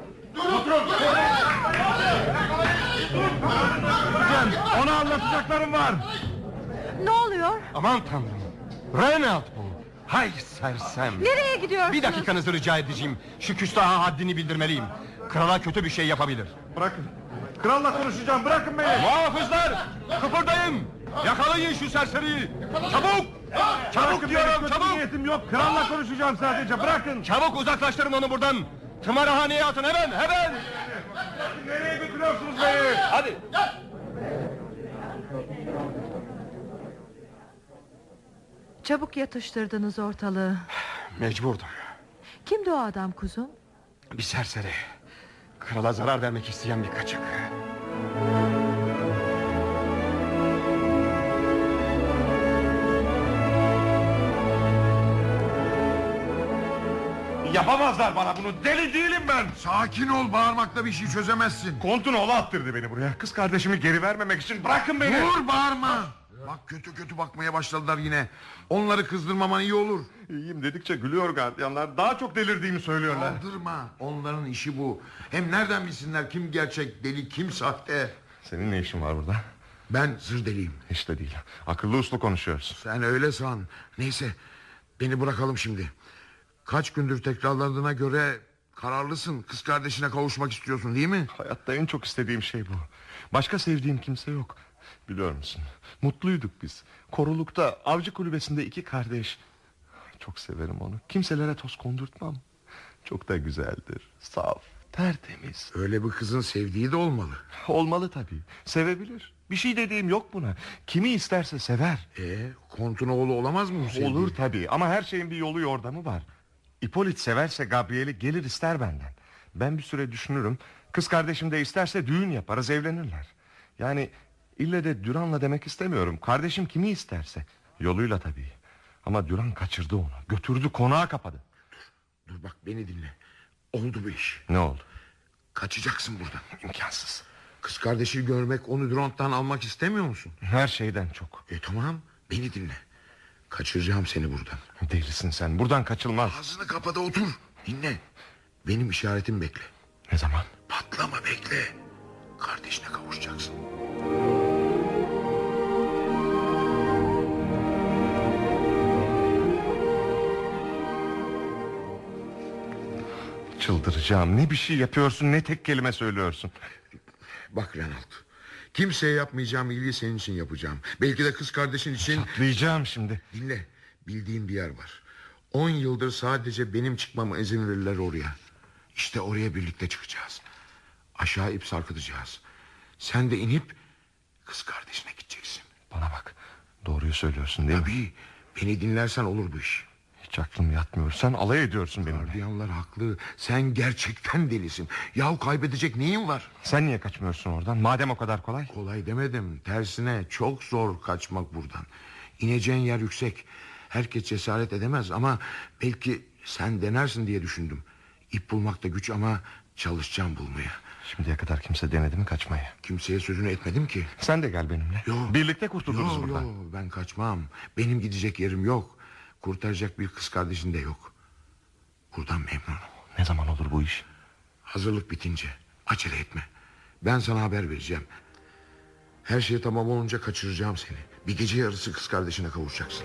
Ona anlatacaklarım var. Ne oluyor? Aman tanrım. Reynald bu. Hay sersem. Nereye gidiyorsunuz? Bir dakikanızı rica edeceğim. Şu küstaha haddini bildirmeliyim. Krala kötü bir şey yapabilir. Bırakın. Kralla konuşacağım, bırakın beni. Muhafızlar, kıpırdayın. Yakalayın şu serseriyi. Çabuk. Çabuk diyorum, çabuk. Niyetim yok. Kralla konuşacağım sadece, bırakın. Çabuk uzaklaştırın onu buradan. Tımarhaneye atın hemen. Nereye götürüyorsunuz beni? Hadi. Çabuk yatıştırdınız ortalığı. Mecburdum. Kimdi o adam kuzum? Bir serseri. Krala zarar vermek isteyen bir kaçık. Yapamazlar bana bunu, deli değilim ben. Sakin ol, bağırmakla bir şey çözemezsin. Kontun oğlu attırdı beni buraya. Kız kardeşimi geri vermemek için, bırakın beni. Dur, bağırma. Bak kötü bakmaya başladılar yine. Onları kızdırmaman iyi olur. İyiyim dedikçe gülüyor gardiyanlar. Daha çok delirdiğimi söylüyorlar. Kaldırma, onların işi bu. Hem nereden bilsinler kim gerçek deli, kim sahte? Senin ne işin var burada? Ben sır deliyim. Hiç de değil. Akıllı uslu konuşuyorsun. Sen öyle san. Neyse, beni bırakalım şimdi. Kaç gündür tekrarladığına göre kararlısın. Kız kardeşine kavuşmak istiyorsun değil mi? Hayatta en çok istediğim şey bu. Başka sevdiğim kimse yok. Biliyor musun? Mutluyduk biz. Korulukta, avcı kulübesinde 2 kardeş. Çok severim onu. Kimselere toz kondurtmam. Çok da güzeldir. Saf, tertemiz. Öyle bir kızın sevdiği de olmalı. Olmalı tabii. Sevebilir. Bir şey dediğim yok buna. Kimi isterse sever. Kontun oğlu olamaz mı bu sevdiği? Olur tabii ama her şeyin bir yolu yordamı var. Hippolyte severse Gabriel'i gelir ister benden. Ben bir süre düşünürüm. Kız kardeşim de isterse düğün yaparız, evlenirler. Yani ille de Duran'la demek istemiyorum. Kardeşim kimi isterse. Yoluyla tabii. Ama Duran kaçırdı onu. Götürdü, konağa kapadı. Dur bak, beni dinle. Oldu bu iş. Ne oldu? Kaçacaksın buradan. İmkansız. Kız kardeşi görmek, onu Durant'tan almak istemiyor musun? Her şeyden çok. Tamam, beni dinle. Kaçıracağım seni buradan. Delisin sen, buradan kaçılmaz. Ağzını kapa da otur. Dinle. Benim işaretimi bekle. Ne zaman? Patlama, bekle. Kardeşine kavuşacaksın. Çıldıracağım. Ne bir şey yapıyorsun, ne tek kelime söylüyorsun. Bak Renald, Kimseye yapmayacağım iyiliği senin için yapacağım. Belki de kız kardeşin için. Çatlayacağım şimdi. Dinle, bildiğim bir yer var. 10 yıldır sadece benim çıkmama izin verirler oraya. İşte oraya birlikte çıkacağız. Aşağı ip sarkıtacağız. Sen de inip kız kardeşine gideceksin. Bana bak, doğruyu söylüyorsun değil mi? Tabii, beni dinlersen olur bu iş. Hiç aklım yatmıyor. Sen alay ediyorsun benimle. Gardiyanlar haklı. Sen gerçekten delisin. Yahu kaybedecek neyin var? Sen niye kaçmıyorsun oradan? Madem o kadar kolay. Kolay demedim. Tersine çok zor kaçmak buradan. İneceğin yer yüksek. Herkes cesaret edemez ama belki sen denersin diye düşündüm. İp bulmak da güç ama çalışacağım bulmaya. Şimdiye kadar kimse denedi mi kaçmayı? Kimseye sözünü etmedim ki. Sen de gel benimle. Yo. Birlikte kurtuluruz buradan. Yo, ben kaçmam. Benim gidecek yerim yok. Kurtaracak bir kız kardeşin de yok. Buradan memnunum. Ne zaman olur bu iş? Hazırlık bitince. Acele etme. Ben sana haber vereceğim. Her şey tamam olunca kaçıracağım seni. Bir gece yarısı kız kardeşine kavuşacaksın.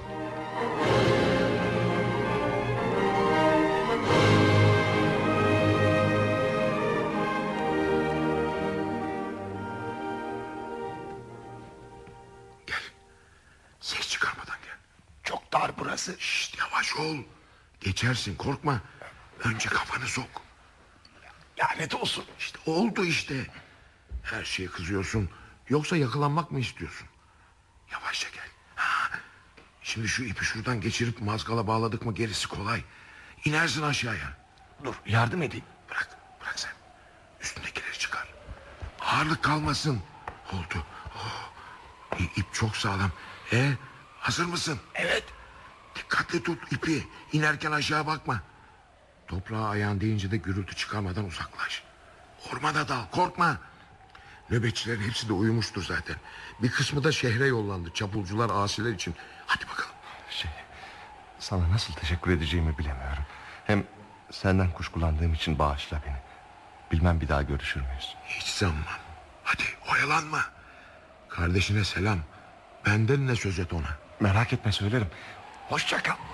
Gel. Ses çıkarmadan gel. Çok dar burası. Şşt, yavaş ol. Geçersin, korkma. Önce kafanı sok. Lanet olsun. İşte oldu işte. Her şeye kızıyorsun. Yoksa yakalanmak mı istiyorsun? Yavaşça gel. Ha. Şimdi şu ipi şuradan geçirip mazgala bağladık mı gerisi kolay. İnersin aşağıya. Dur, yardım edeyim. Bırak sen. Üstündekileri çıkar. Ağırlık kalmasın. Oldu. Oh. İp çok sağlam. Hazır mısın? Evet. Dikkatli tut ipi. İnerken aşağı bakma. Toprağa ayağın değince de gürültü çıkarmadan uzaklaş. Ormana dal, korkma. Nöbetçilerin hepsi de uyumuştur zaten. Bir kısmı da şehre yollandı. Çapulcular, asiler için. Hadi bakalım. Sana nasıl teşekkür edeceğimi bilemiyorum. Hem senden kuşkulandığım için bağışla beni. Bilmem bir daha görüşür müyüz? Hiç sanmam. Hadi oyalanma. Kardeşine selam. Benden ne söz et ona. Merak etme, söylerim. Hoşça kal.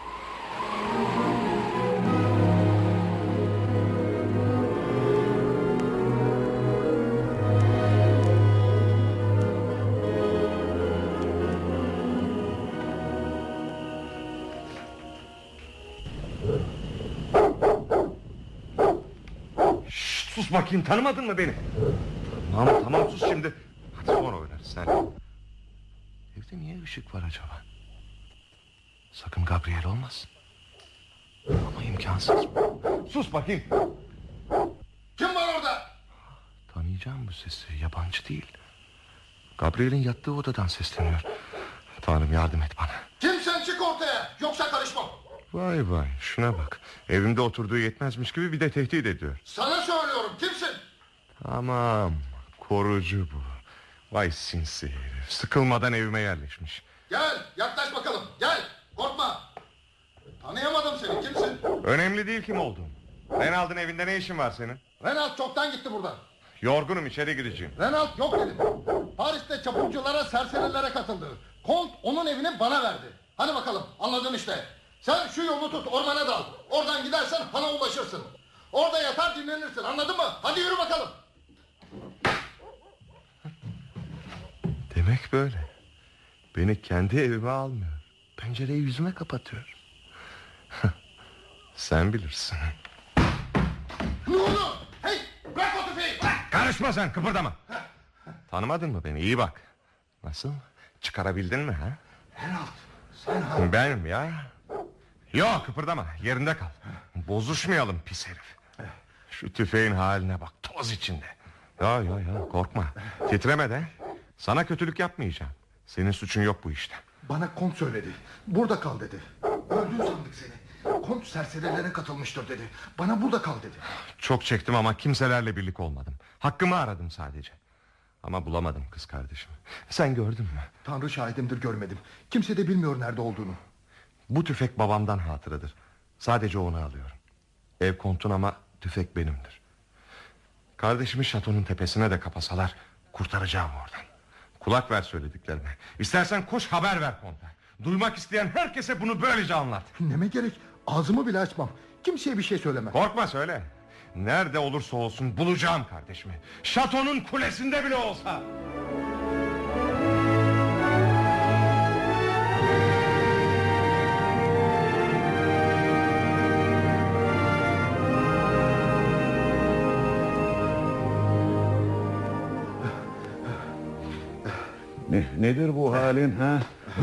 Şşt, sus bakayım, tanımadın mı beni? Tamam sus şimdi. Hadi sonra oynarız sen. Evde niye ışık var acaba? Sakın Gabriel olmasın. Ama imkansız. Sus bakayım. Kim var orada? Tanıyacağım bu sesi, yabancı değil. Gabriel'in yattığı odadan sesleniyor. Tanrım yardım et bana. Kimsen çık ortaya, yoksa karışmam. Vay şuna bak. Evimde oturduğu yetmezmiş gibi bir de tehdit ediyor. Sana söylüyorum, kimsin? Tamam, korucu bu. Vay sinsi herif, sıkılmadan evime yerleşmiş. Gel, yaklaş bakalım, gel. Korkma. Tanıyamadım seni, kimsin? Önemli değil kim olduğum. Renald'ın evinde ne işin var senin? Renald çoktan gitti buradan. Yorgunum, içeri gireceğim. Renald yok dedi. Paris'te çapulculara, serserilere katıldı. Kont onun evini bana verdi. Hadi bakalım, anladın işte. Sen şu yolu tut, ormana dal. Oradan gidersen hana ulaşırsın. Orada yatar dinlenirsin, anladın mı? Hadi yürü bakalım. Demek böyle. Beni kendi evime almıyor. Pencereyi yüzüme kapatıyor. Sen bilirsin. Ne oldu? Hey, bırak o tüfeği, bırak. Karışma sen, kıpırdama. Tanımadın mı beni? İyi bak. Nasıl? Çıkarabildin mi ha? Renald, Benim ya. Yok, kıpırdama, yerinde kal. Bozuşmayalım pis herif. Şu tüfeğin haline bak, toz içinde. Ya korkma. Titreme de. Sana kötülük yapmayacağım. Senin suçun yok bu işte. Bana kont söyledi. Burada kal dedi. Öldün sandık seni. Kont serserilere katılmıştır dedi. Bana burada kal dedi. Çok çektim ama kimselerle birlik olmadım. Hakkımı aradım sadece. Ama bulamadım kız kardeşimi. Sen gördün mü? Tanrı şahidimdir, görmedim. Kimse de bilmiyor nerede olduğunu. Bu tüfek babamdan hatıradır. Sadece onu alıyorum. Ev kontun ama tüfek benimdir. Kardeşimi şatonun tepesine de kapasalar kurtaracağım oradan. Kulak ver söylediklerime. İstersen koş haber ver konta. Duymak isteyen herkese bunu böylece anlat. Neme gerek? Ağzımı bile açmam. Kimseye bir şey söylemem. Korkma, söyle. Nerede olursa olsun bulacağım kardeşimi. Şatonun kulesinde bile olsa. Nedir bu halin ha?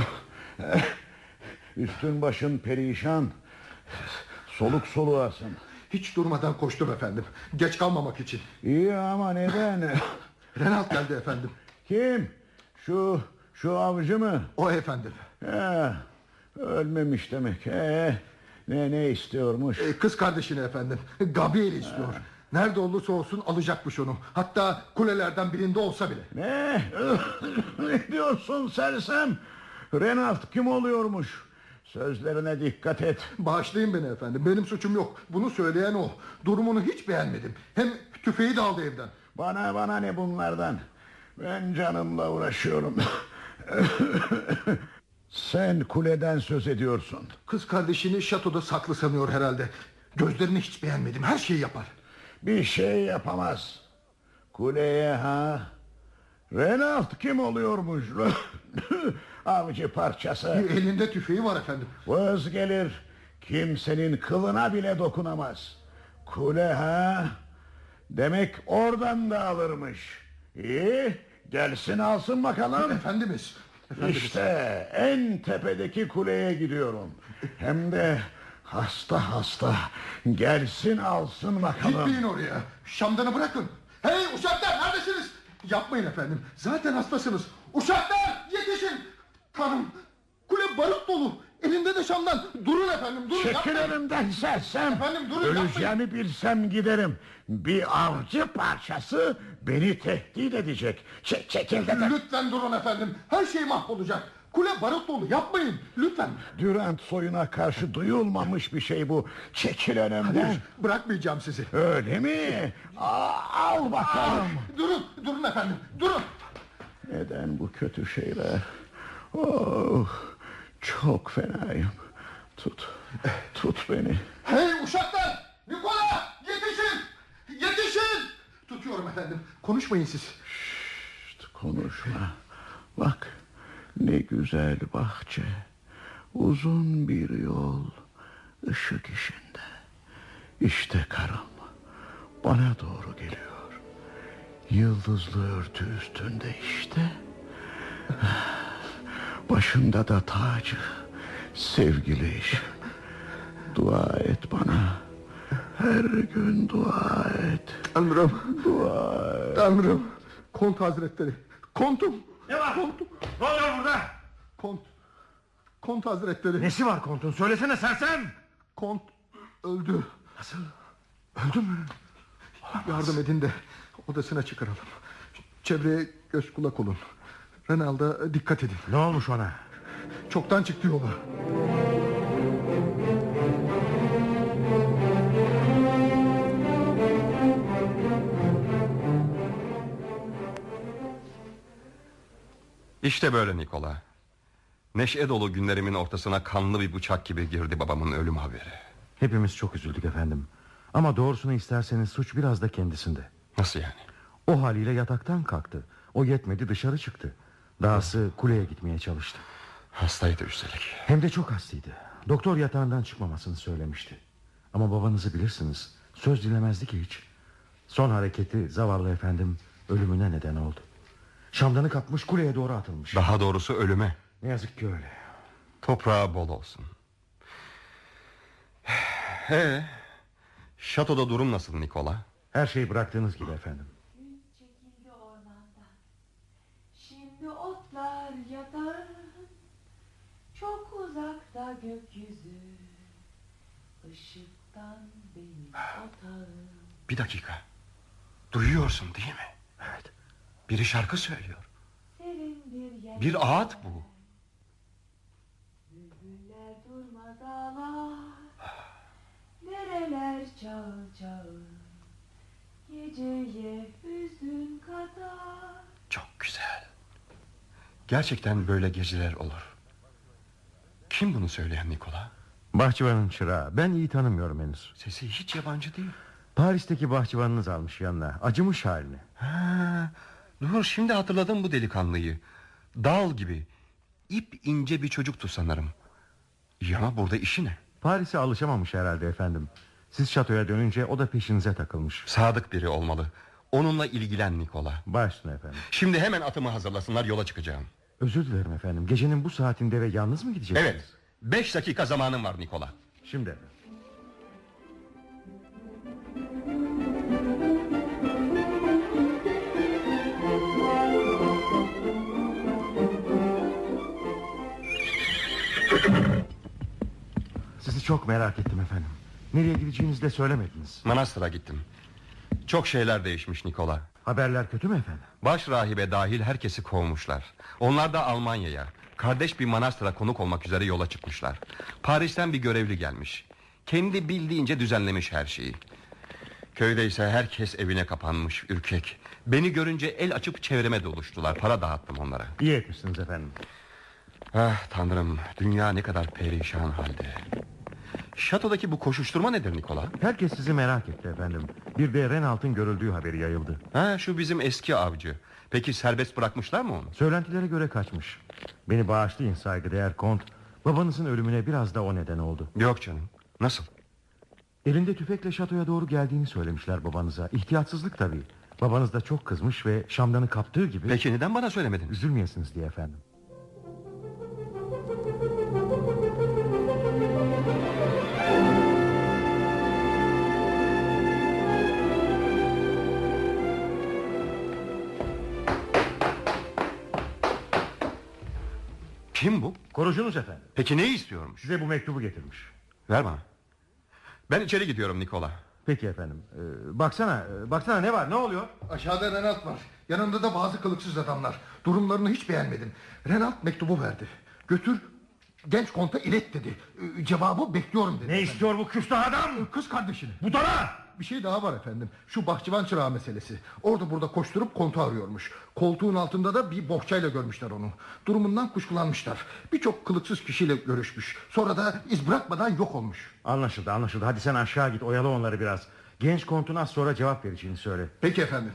Üstün başın perişan. Soluk soluğasın. Hiç durmadan koştum efendim. Geç kalmamak için. İyi ama neden? Renald geldi efendim. Kim? Şu avcı mı? O efendim. Ölmemiş demek. Ne istiyormuş? Kız kardeşini efendim. Gabriel'i istiyor. Nerede olursa olsun alacakmış onu. Hatta kulelerden birinde olsa bile. Ne? Ne diyorsun sersem? Renald kim oluyormuş? Sözlerine dikkat et. Bağışlayın beni efendim. Benim suçum yok. Bunu söyleyen o. Durumunu hiç beğenmedim. Hem tüfeği de aldı evden. Bana ne bunlardan? Ben canımla uğraşıyorum. Sen kuleden söz ediyorsun. Kız kardeşini şatoda saklı sanıyor herhalde. Gözlerini hiç beğenmedim. Her şeyi yapar. Bir şey yapamaz. Kuleye ha? Renald kim oluyormuş? Avcı parçası. Elinde tüfeği var efendim. Vız gelir. Kimsenin kılına bile dokunamaz. Kule ha? Demek oradan da alırmış. İyi, gelsin alsın bakalım. Efendimiz. İşte en tepedeki kuleye gidiyorum. Hem de hasta. Gelsin alsın bakalım. Gitmeyin oraya. Şamdanı bırakın. Hey uşaklar, neredesiniz? Yapmayın efendim. Zaten hastasınız. Uşaklar yetişin. Tanrım, kule barut dolu. Elinde de şamdan. Durun efendim, durun. Çekil önümden sersem. Efendim durun. Öleceğimi bilsem giderim. Bir avcı parçası beni tehdit edecek. Çekil dedim. Lütfen durun efendim. Her şey mahvolacak. Kule barut dolu, yapmayın lütfen. Durant soyuna karşı duyulmamış bir şey bu. Çekil önümden. Hayır, bırakmayacağım sizi. Öyle mi? Al bakalım. Durun efendim, durun. Neden bu kötü şeyler? Çok fenayım. Tut beni. Hey uşaklar, Nikola, yetişin. Tutuyorum efendim. Konuşmayın siz. Şşt, konuşma. Bak, ne güzel bahçe. Uzun bir yol. Işık içinde. İşte karım. Bana doğru geliyor. Yıldızlı örtü üstünde işte. Başında da tacı. Sevgili eşim. Dua et bana. Her gün dua et. Tanrım. Dua et. Tanrım. Kont hazretleri. Kontum. Ne var? Kontum. Ne oluyor burada? Kont hazretleri. Nesi var kontun? Söylesene sersem. Kont öldü. Nasıl? Öldü mü? Yardım edin de odasına çıkaralım. Çevreye göz kulak olun. Renald'a dikkat edin. Ne olmuş ona? Çoktan çıktı yola. İşte böyle Nikola. Neşe dolu günlerimin ortasına kanlı bir bıçak gibi girdi babamın ölüm haberi. Hepimiz çok üzüldük efendim. Ama doğrusunu isterseniz suç biraz da kendisinde. Nasıl yani? O haliyle yataktan kalktı. O yetmedi, dışarı çıktı. Dahası kuleye gitmeye çalıştı. Hastaydı üstelik. Hem de çok hastaydı. Doktor yatağından çıkmamasını söylemişti. Ama babanızı bilirsiniz. Söz dinlemezdi ki hiç. Son hareketi zavallı efendim ölümüne neden oldu. Şamdanı kapmış, kuleye doğru atılmış. Daha doğrusu ölüme. Ne yazık ki öyle. Toprağı bol olsun. Şatoda durum nasıl Nikola? Her şeyi bıraktığınız gibi efendim. Gün çekildi ormandan. Şimdi otlar yatar. Çok uzakta gökyüzü. Işıktan benim otağım. Bir dakika. Duyuyorsun değil mi? Evet. Biri şarkı söylüyor. Serin bir yer. Bir ağıt bu. Bülbüller durmaz ağlar. Nereler çağıl çağıl. Geceye hüzün kadar. Çok güzel. Gerçekten böyle geceler olur. Kim bunu söyleyen Nikola? Bahçıvanın çırağı. Ben iyi tanımıyorum henüz. Sesi hiç yabancı değil. Paris'teki bahçıvanınız almış yanına. Acımış halini. Dur, şimdi hatırladım bu delikanlıyı. Dal gibi, ip ince bir çocuktu sanırım. Ya burada işi ne? Paris'e alışamamış herhalde efendim. Siz şatoya dönünce o da peşinize takılmış. Sadık biri olmalı. Onunla ilgilen Nikola. Başüstüne efendim. Şimdi hemen atımı hazırlasınlar, yola çıkacağım. Özür dilerim efendim. Gecenin bu saatinde ve yalnız mı gideceksiniz? Evet. 5 dakika zamanım var Nikola. Şimdi efendim. Sizi çok merak ettim efendim. Nereye gideceğinizi de söylemediniz. Manastıra gittim. Çok şeyler değişmiş Nikola. Haberler kötü mü efendim? Baş rahibe dahil herkesi kovmuşlar. Onlar da Almanya'ya, kardeş bir manastıra konuk olmak üzere yola çıkmışlar. Paris'ten bir görevli gelmiş. Kendi bildiğince düzenlemiş her şeyi. Köyde ise herkes evine kapanmış, ürkek. Beni görünce el açıp çevreme doluştular. Para dağıttım onlara. İyi etmişsiniz efendim. Ah Tanrım, dünya ne kadar perişan halde. Şatodaki bu koşuşturma nedir Nikola? Herkes sizi merak etti efendim. Bir de Renault'un görüldüğü haberi yayıldı. Ha, şu bizim eski avcı. Peki serbest bırakmışlar mı onu? Söylentilere göre kaçmış. Beni bağışlayın saygıdeğer kont. Babanızın ölümüne biraz da o neden oldu. Yok canım. Nasıl? Elinde tüfekle şatoya doğru geldiğini söylemişler babanıza. İhtiyatsızlık tabii. Babanız da çok kızmış ve Şamdan'ı kaptığı gibi... Peki neden bana söylemedin? Üzülmeyesiniz diye efendim. Kim bu? Korucunuz efendim. Peki ne istiyormuş? Size bu mektubu getirmiş. Ver bana. Ben içeri gidiyorum Nikola. Peki efendim. Baksana ne var, ne oluyor? Aşağıda Renault var. Yanında da bazı kılıksız adamlar. Durumlarını hiç beğenmedim. Renault mektubu verdi. Götür genç konta ilet dedi. Cevabı bekliyorum dedi. Ne istiyor bu küstah adam? Kız kardeşini. Budala! Bir şey daha var efendim. Şu bahçıvan çırağı meselesi. Orada burada koşturup kontu arıyormuş. Koltuğun altında da bir bohçayla görmüşler onu. Durumundan kuşkulanmışlar. Birçok kılıksız kişiyle görüşmüş. Sonra da iz bırakmadan yok olmuş. Anlaşıldı. Hadi sen aşağı git, oyalı onları biraz. Genç kontun az sonra cevap vereceğini söyle. Peki efendim.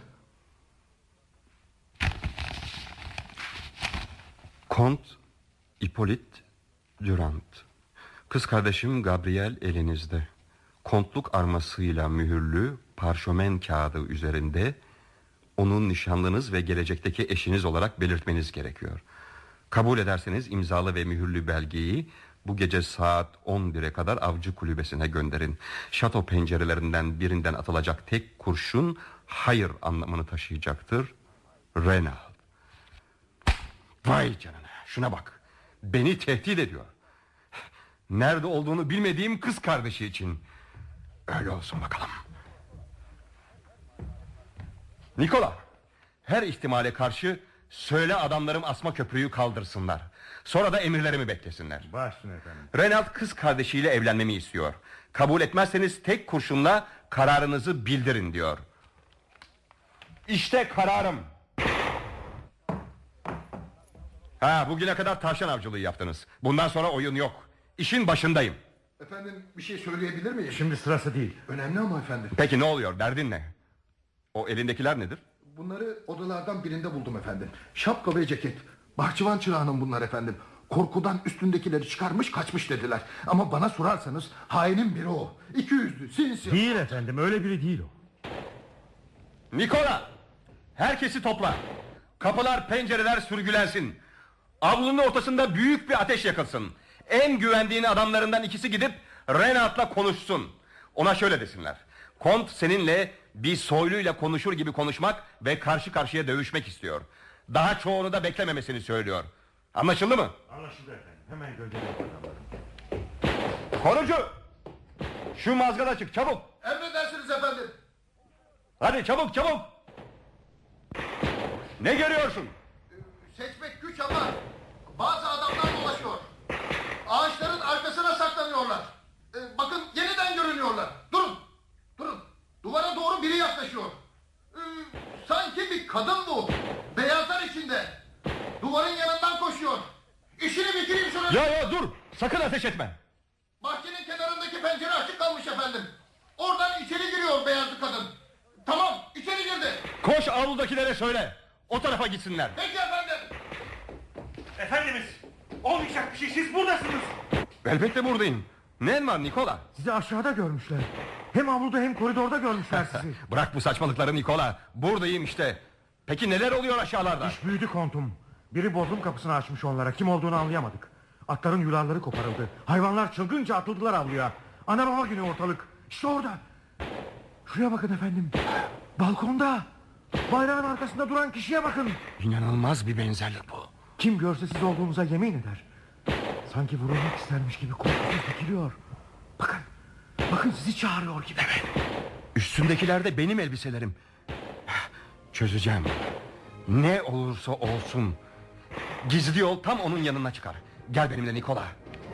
Kont Hippolyte Durand. Kız kardeşim Gabriel elinizde. Kontluk armasıyla mühürlü parşömen kağıdı üzerinde onun nişanlınız ve gelecekteki eşiniz olarak belirtmeniz gerekiyor. Kabul ederseniz imzalı ve mühürlü belgeyi bu gece saat 11'e kadar avcı kulübesine gönderin. Şato pencerelerinden birinden atılacak tek kurşun hayır anlamını taşıyacaktır. Renault. Vay canına, şuna bak. Beni tehdit ediyor. Nerede olduğunu bilmediğim kız kardeşi için. Öyle olsun bakalım. Nikola, her ihtimale karşı söyle adamlarım asma köprüyü kaldırsınlar. Sonra da emirlerimi beklesinler. Başüstüne efendim. Renault kız kardeşiyle evlenmemi istiyor. Kabul etmezseniz tek kurşunla kararınızı bildirin diyor. İşte kararım. Bugüne kadar tavşan avcılığı yaptınız. Bundan sonra oyun yok. İşin başındayım. Efendim bir şey söyleyebilir miyim? Şimdi sırası değil. Önemli ama efendim. Peki ne oluyor, derdin ne? O elindekiler nedir? Bunları odalardan birinde buldum efendim. Şapka ve ceket. Bahçıvan çırağının bunlar efendim. Korkudan üstündekileri çıkarmış kaçmış dediler. Ama bana sorarsanız hainin biri o. 200'lü sinsi. Değil efendim, öyle biri değil o. Nikola, herkesi topla. Kapılar pencereler sürgülensin. Avlunun ortasında büyük bir ateş yakılsın. En güvendiğin adamlarından ikisi gidip Renault'la konuşsun. Ona şöyle desinler: Kont seninle bir soyluyla konuşur gibi konuşmak ve karşı karşıya dövüşmek istiyor. Daha çoğunu da beklememesini söylüyor. Anlaşıldı mı? Anlaşıldı efendim. Hemen gönderelim. Korucu, şu mazgala çık çabuk. Emredersiniz efendim. Hadi çabuk. Ne görüyorsun? Seçmek güç ama bazı adamlar dolaşıyor. Ağaçların arkasına saklanıyorlar. Bakın yeniden görünüyorlar. Durun. Duvara doğru biri yaklaşıyor. Sanki bir kadın bu. Beyazlar içinde. Duvarın yanından koşuyor. İşini bitireyim şunu. Ya dur. Sakın ateş etme. Bahçenin kenarındaki pencere açık kalmış efendim. Oradan içeri giriyor beyazlı kadın. Tamam, içeri girdi. Koş avludakilere söyle. O tarafa gitsinler. Peki efendim. Efendimiz, olmayacak bir şey, siz buradasınız. Elbette buradayım. Ne var Nikola? Sizi aşağıda görmüşler. Hem avluda hem koridorda görmüşler sizi. Bırak bu saçmalıkları Nikola. Buradayım işte. Peki neler oluyor aşağılarda? İş büyüdü kontum. Biri bodrum kapısını açmış onlara. Kim olduğunu anlayamadık. Atların yularları koparıldı. Hayvanlar çılgınca atıldılar avluya. Ana baba günü ortalık. İşte orada. Şuraya bakın efendim. Balkonda. Bayrağın arkasında duran kişiye bakın. İnanılmaz bir benzerlik bu. Kim görse siz olduğunuza yemin eder. Sanki vurulmak istermiş gibi korkusuz dikiliyor. Bakın. Bakın sizi çağırıyor gibi. Evet. Üstündekiler de benim elbiselerim. Çözeceğim. Ne olursa olsun. Gizli yol tam onun yanına çıkar. Gel benimle Nikola.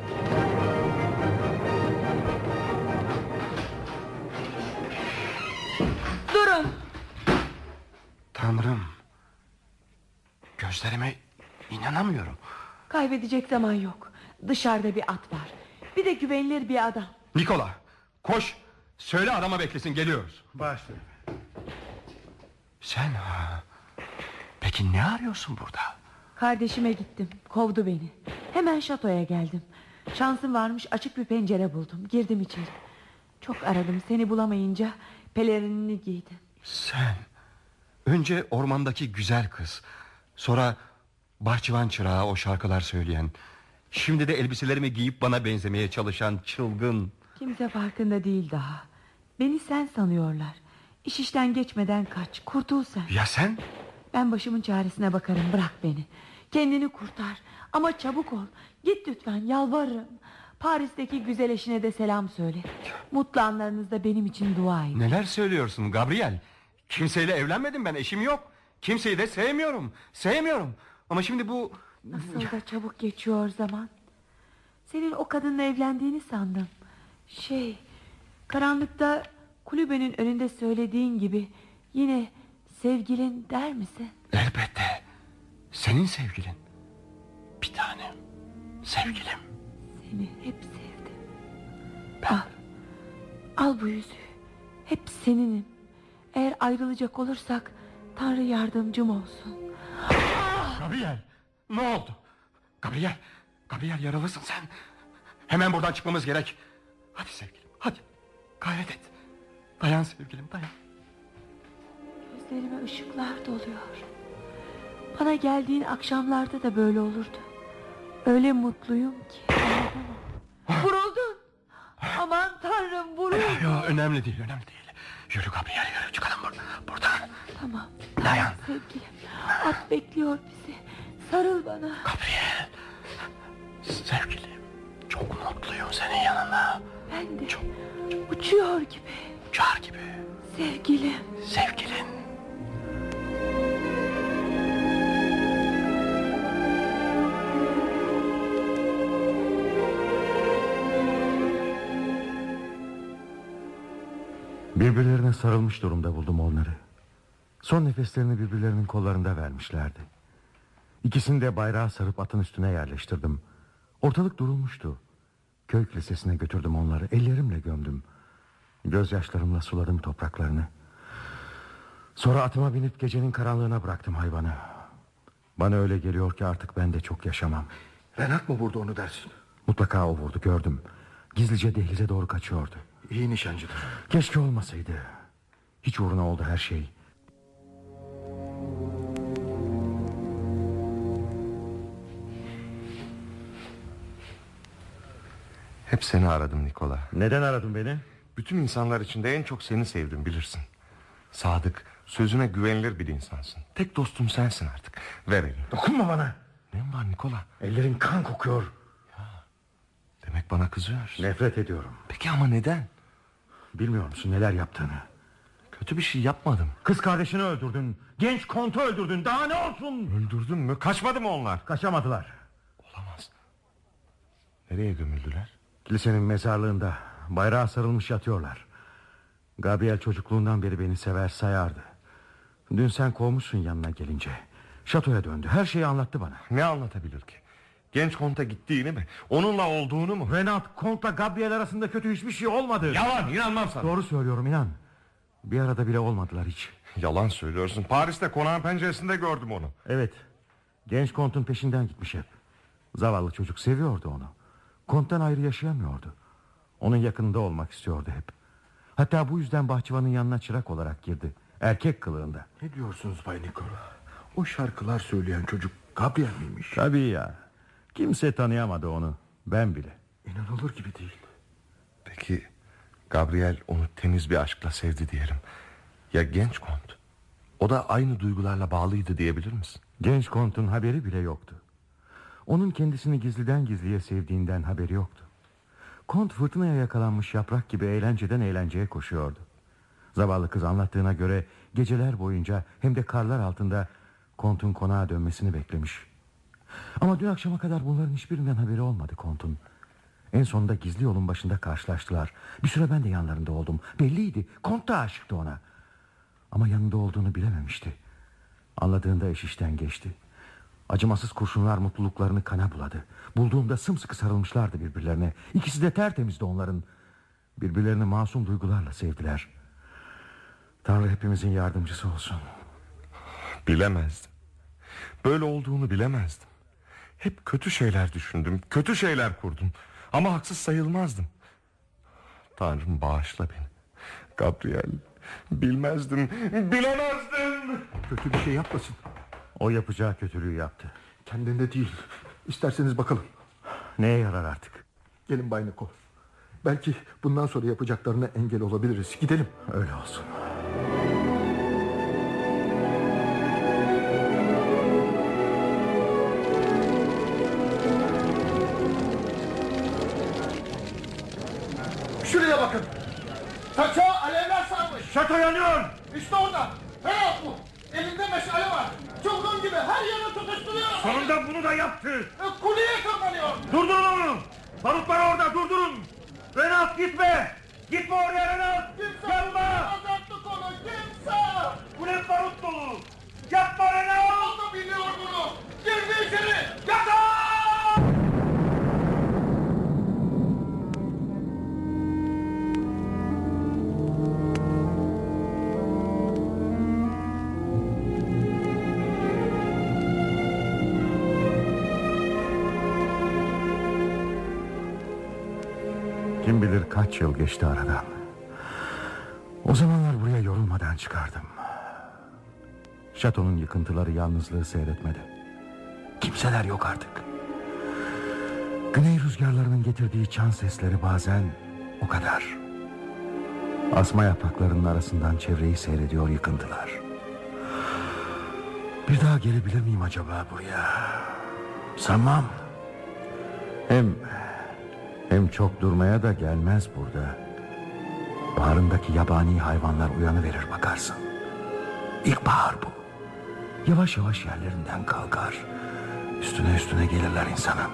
Durun. Tanrım. Gözlerime inanamıyorum. Kaybedecek zaman yok. Dışarıda bir at var. Bir de güvenilir bir adam. Nikola, koş. Söyle adama beklesin, geliyoruz. Başlayın. Sen ha. Peki ne arıyorsun burada? Kardeşime gittim. Kovdu beni. Hemen şatoya geldim. Şansım varmış, açık bir pencere buldum. Girdim içeri. Çok aradım, seni bulamayınca pelerinini giydim. Sen. Önce ormandaki güzel kız. Sonra bahçıvan çırağı, o şarkılar söyleyen. Şimdi de elbiselerimi giyip bana benzemeye çalışan çılgın. Kimse farkında değil daha. Beni sen sanıyorlar. İş işten geçmeden kaç, kurtul sen. Ya sen? Ben başımın çaresine bakarım, bırak beni. Kendini kurtar. Ama çabuk ol. Git lütfen, yalvarırım. Paris'teki güzel eşine de selam söyle. Mutlu anlarınızda benim için dua edin. Neler söylüyorsun Gabriel? Kimseyle evlenmedim ben, eşim yok. Kimseyi de sevmiyorum. Sevmiyorum. Ama şimdi bu... Nasıl da çabuk geçiyor zaman. Senin o kadınla evlendiğini sandım. Karanlıkta kulübenin önünde söylediğin gibi yine sevgilin der misin? Elbette. Senin sevgilin. Bir tanem. Sevgilim. Seni hep sevdim. Al bu yüzüğü. Hep seninim. Eğer ayrılacak olursak Tanrı yardımcım olsun. Gabriel, ne oldu? Gabriel yaralısın sen. Hemen buradan çıkmamız gerek. Hadi sevgilim, hadi. Gayret et. Dayan sevgilim, dayan. Gözlerime ışıklar doluyor. Bana geldiğin akşamlarda da böyle olurdu. Öyle mutluyum ki. Vuruldun. Aman Tanrım, vuruldun. Yok, önemli değil. Yürü Gabriel, yürü, çıkalım buradan. Tamam. Dayan. Sevgilim, at bekliyor bizi. Sarıl bana. Gabriel. Sevgilim, çok mutluyum senin yanında. Ben de çok. Uçuyor gibi. Uçar gibi. Sevgilim. Sevgilin. Birbirlerine sarılmış durumda buldum onları. Son nefeslerini birbirlerinin kollarında vermişlerdi. İkisini de bayrağı sarıp atın üstüne yerleştirdim. Ortalık durulmuştu. Köy kilisesine götürdüm onları. Ellerimle gömdüm. Gözyaşlarımla suladım topraklarını. Sonra atıma binip gecenin karanlığına bıraktım hayvanı. Bana öyle geliyor ki artık ben de çok yaşamam. Renat mı vurdu onu dersin? Mutlaka o vurdu, gördüm. Gizlice dehlize doğru kaçıyordu. İyi nişancıdır. Keşke olmasaydı. Hiç uğruna oldu her şey. Hep seni aradım Nikola. Neden aradın beni? Bütün insanlar içinde en çok seni sevdim, bilirsin. Sadık, sözüne güvenilir bir insansın. Tek dostum sensin artık. Ver elini. Dokunma bana. Ne var Nikola? Ellerin kan kokuyor. Demek bana kızıyorsun. Nefret ediyorum. Peki ama neden? Bilmiyor musun neler yaptığını? Kötü bir şey yapmadım. Kız kardeşini öldürdün. Genç kontu öldürdün. Daha ne olsun? Öldürdün mü? Kaçmadı mı onlar? Kaçamadılar. Olamaz. Nereye gömüldüler? Kilisenin mezarlığında. Bayrağa sarılmış yatıyorlar. Gabriel çocukluğundan beri beni sever sayardı. Dün sen kovmuşsun yanına gelince. Şatoya döndü. Her şeyi anlattı bana. Ne anlatabilir ki? Genç konta gittiğini mi? Onunla olduğunu mu? Renat, kontla Gabriel arasında kötü hiçbir şey olmadı. Yalan, inanmam sana. Doğru söylüyorum, inan. Bir arada bile olmadılar hiç. Yalan söylüyorsun. Paris'te konağın penceresinde gördüm onu. Evet. Genç kontun peşinden gitmiş hep. Zavallı çocuk seviyordu onu. Konttan ayrı yaşayamıyordu. Onun yakınında olmak istiyordu hep. Hatta bu yüzden bahçıvanın yanına çırak olarak girdi. Erkek kılığında. Ne diyorsunuz Bay Nikola? O şarkılar söyleyen çocuk Gabriel miymiş? Tabii ya. Kimse tanıyamadı onu. Ben bile. İnanılır gibi değil. Peki Gabriel onu temiz bir aşkla sevdi diyelim. Ya genç kont? O da aynı duygularla bağlıydı diyebilir misin? Genç kontun haberi bile yoktu. Onun kendisini gizliden gizliye sevdiğinden haberi yoktu. Kont fırtınaya yakalanmış yaprak gibi eğlenceden eğlenceye koşuyordu. Zavallı kız anlattığına göre geceler boyunca hem de karlar altında kontun konağa dönmesini beklemiş. Ama dün akşama kadar bunların hiçbirinden haberi olmadı kontun. En sonunda gizli yolun başında karşılaştılar. Bir süre ben de yanlarında oldum. Belliydi, kont da aşıktı ona. Ama yanında olduğunu bilememişti. Anladığında iş işten geçti. Acımasız kurşunlar mutluluklarını kana buladı. Bulduğumda sımsıkı sarılmışlardı birbirlerine. İkisi de tertemizdi onların. Birbirlerini masum duygularla sevdiler. Tanrı hepimizin yardımcısı olsun. Bilemezdim. Böyle olduğunu bilemezdim. Hep kötü şeyler düşündüm, kötü şeyler kurdum. Ama haksız sayılmazdım. Tanrım bağışla beni. Gabriel, bilmezdim, bilemezdim. Kötü bir şey yapmasın. O yapacağı kötülüğü yaptı. Kendinde değil. İsterseniz bakalım. Neye yarar artık? Gelin Bay Nikola. Belki bundan sonra yapacaklarına engel olabiliriz. Gidelim. Öyle olsun. Şuraya bakın. Saça alevler sarmış. Şato yanıyor. İşte orada. Herhalde bu. Elinde meşale var. Çılgın gibi her yeri tutuşturuyor. Sonunda bunu da yaptı. Kuleye tırmanıyor. Durdurun onu. Barutlar orada, durdurun. Renat gitme. Gitme oraya Renat. Kimse Yapma. azalttık onu. Kimse. Kule barut dolu. Yapma Renat. O da biliyor bunu. Girdi içeri. Yakın. Kim bilir kaç yıl geçti aradan. O zamanlar buraya yorulmadan çıkardım. Şatonun yıkıntıları yalnızlığı seyretmedi. Kimseler yok artık. Güney rüzgarlarının getirdiği çan sesleri bazen o kadar. Asma yapraklarının arasından çevreyi seyrediyor yıkıntılar. Bir daha gelebilir miyim acaba buraya? Sanmam. Hem çok durmaya da gelmez burada. Baharındaki yabani hayvanlar uyanıverir bakarsın. İlkbahar bu. Yavaş yavaş yerlerinden kalkar. Üstüne üstüne gelirler insanın.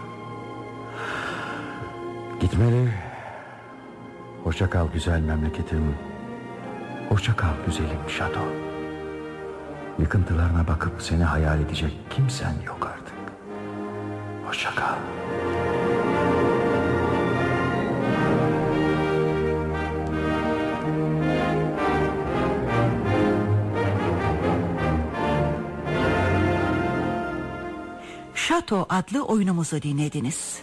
Gitmeli. Hoşça kal güzel memleketim. Hoşça kal güzelim şato. Yıkıntılarına bakıp seni hayal edecek kimsen yok artık. Hoşça kal. Şato adlı oyunumuzu dinlediniz.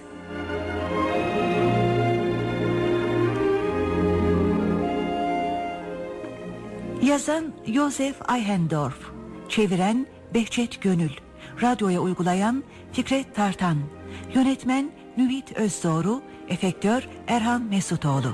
Yazan Josef Eihendorf, çeviren Behçet Gönül, radyoya uygulayan Fikret Tartan, yönetmen Nüvit Özdoğru, efektör Erhan Mesutoğlu.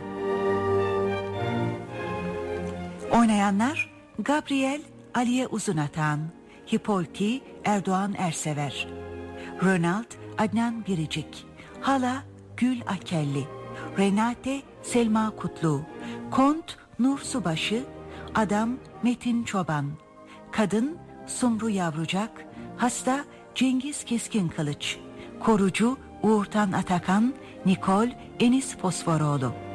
Oynayanlar Gabriel Aliye Uzunatan, Hippolyte Erdoğan Ersever, Ronald Adnan Biricik, Hala Gül Akelli, Renate Selma Kutlu, Kont Nur Subaşı, Adam Metin Çoban, Kadın Sumru Yavrucak, Hasta Cengiz Keskin Kılıç, Korucu Uğurtan Atakan, Nikol Enis Fosforoğlu.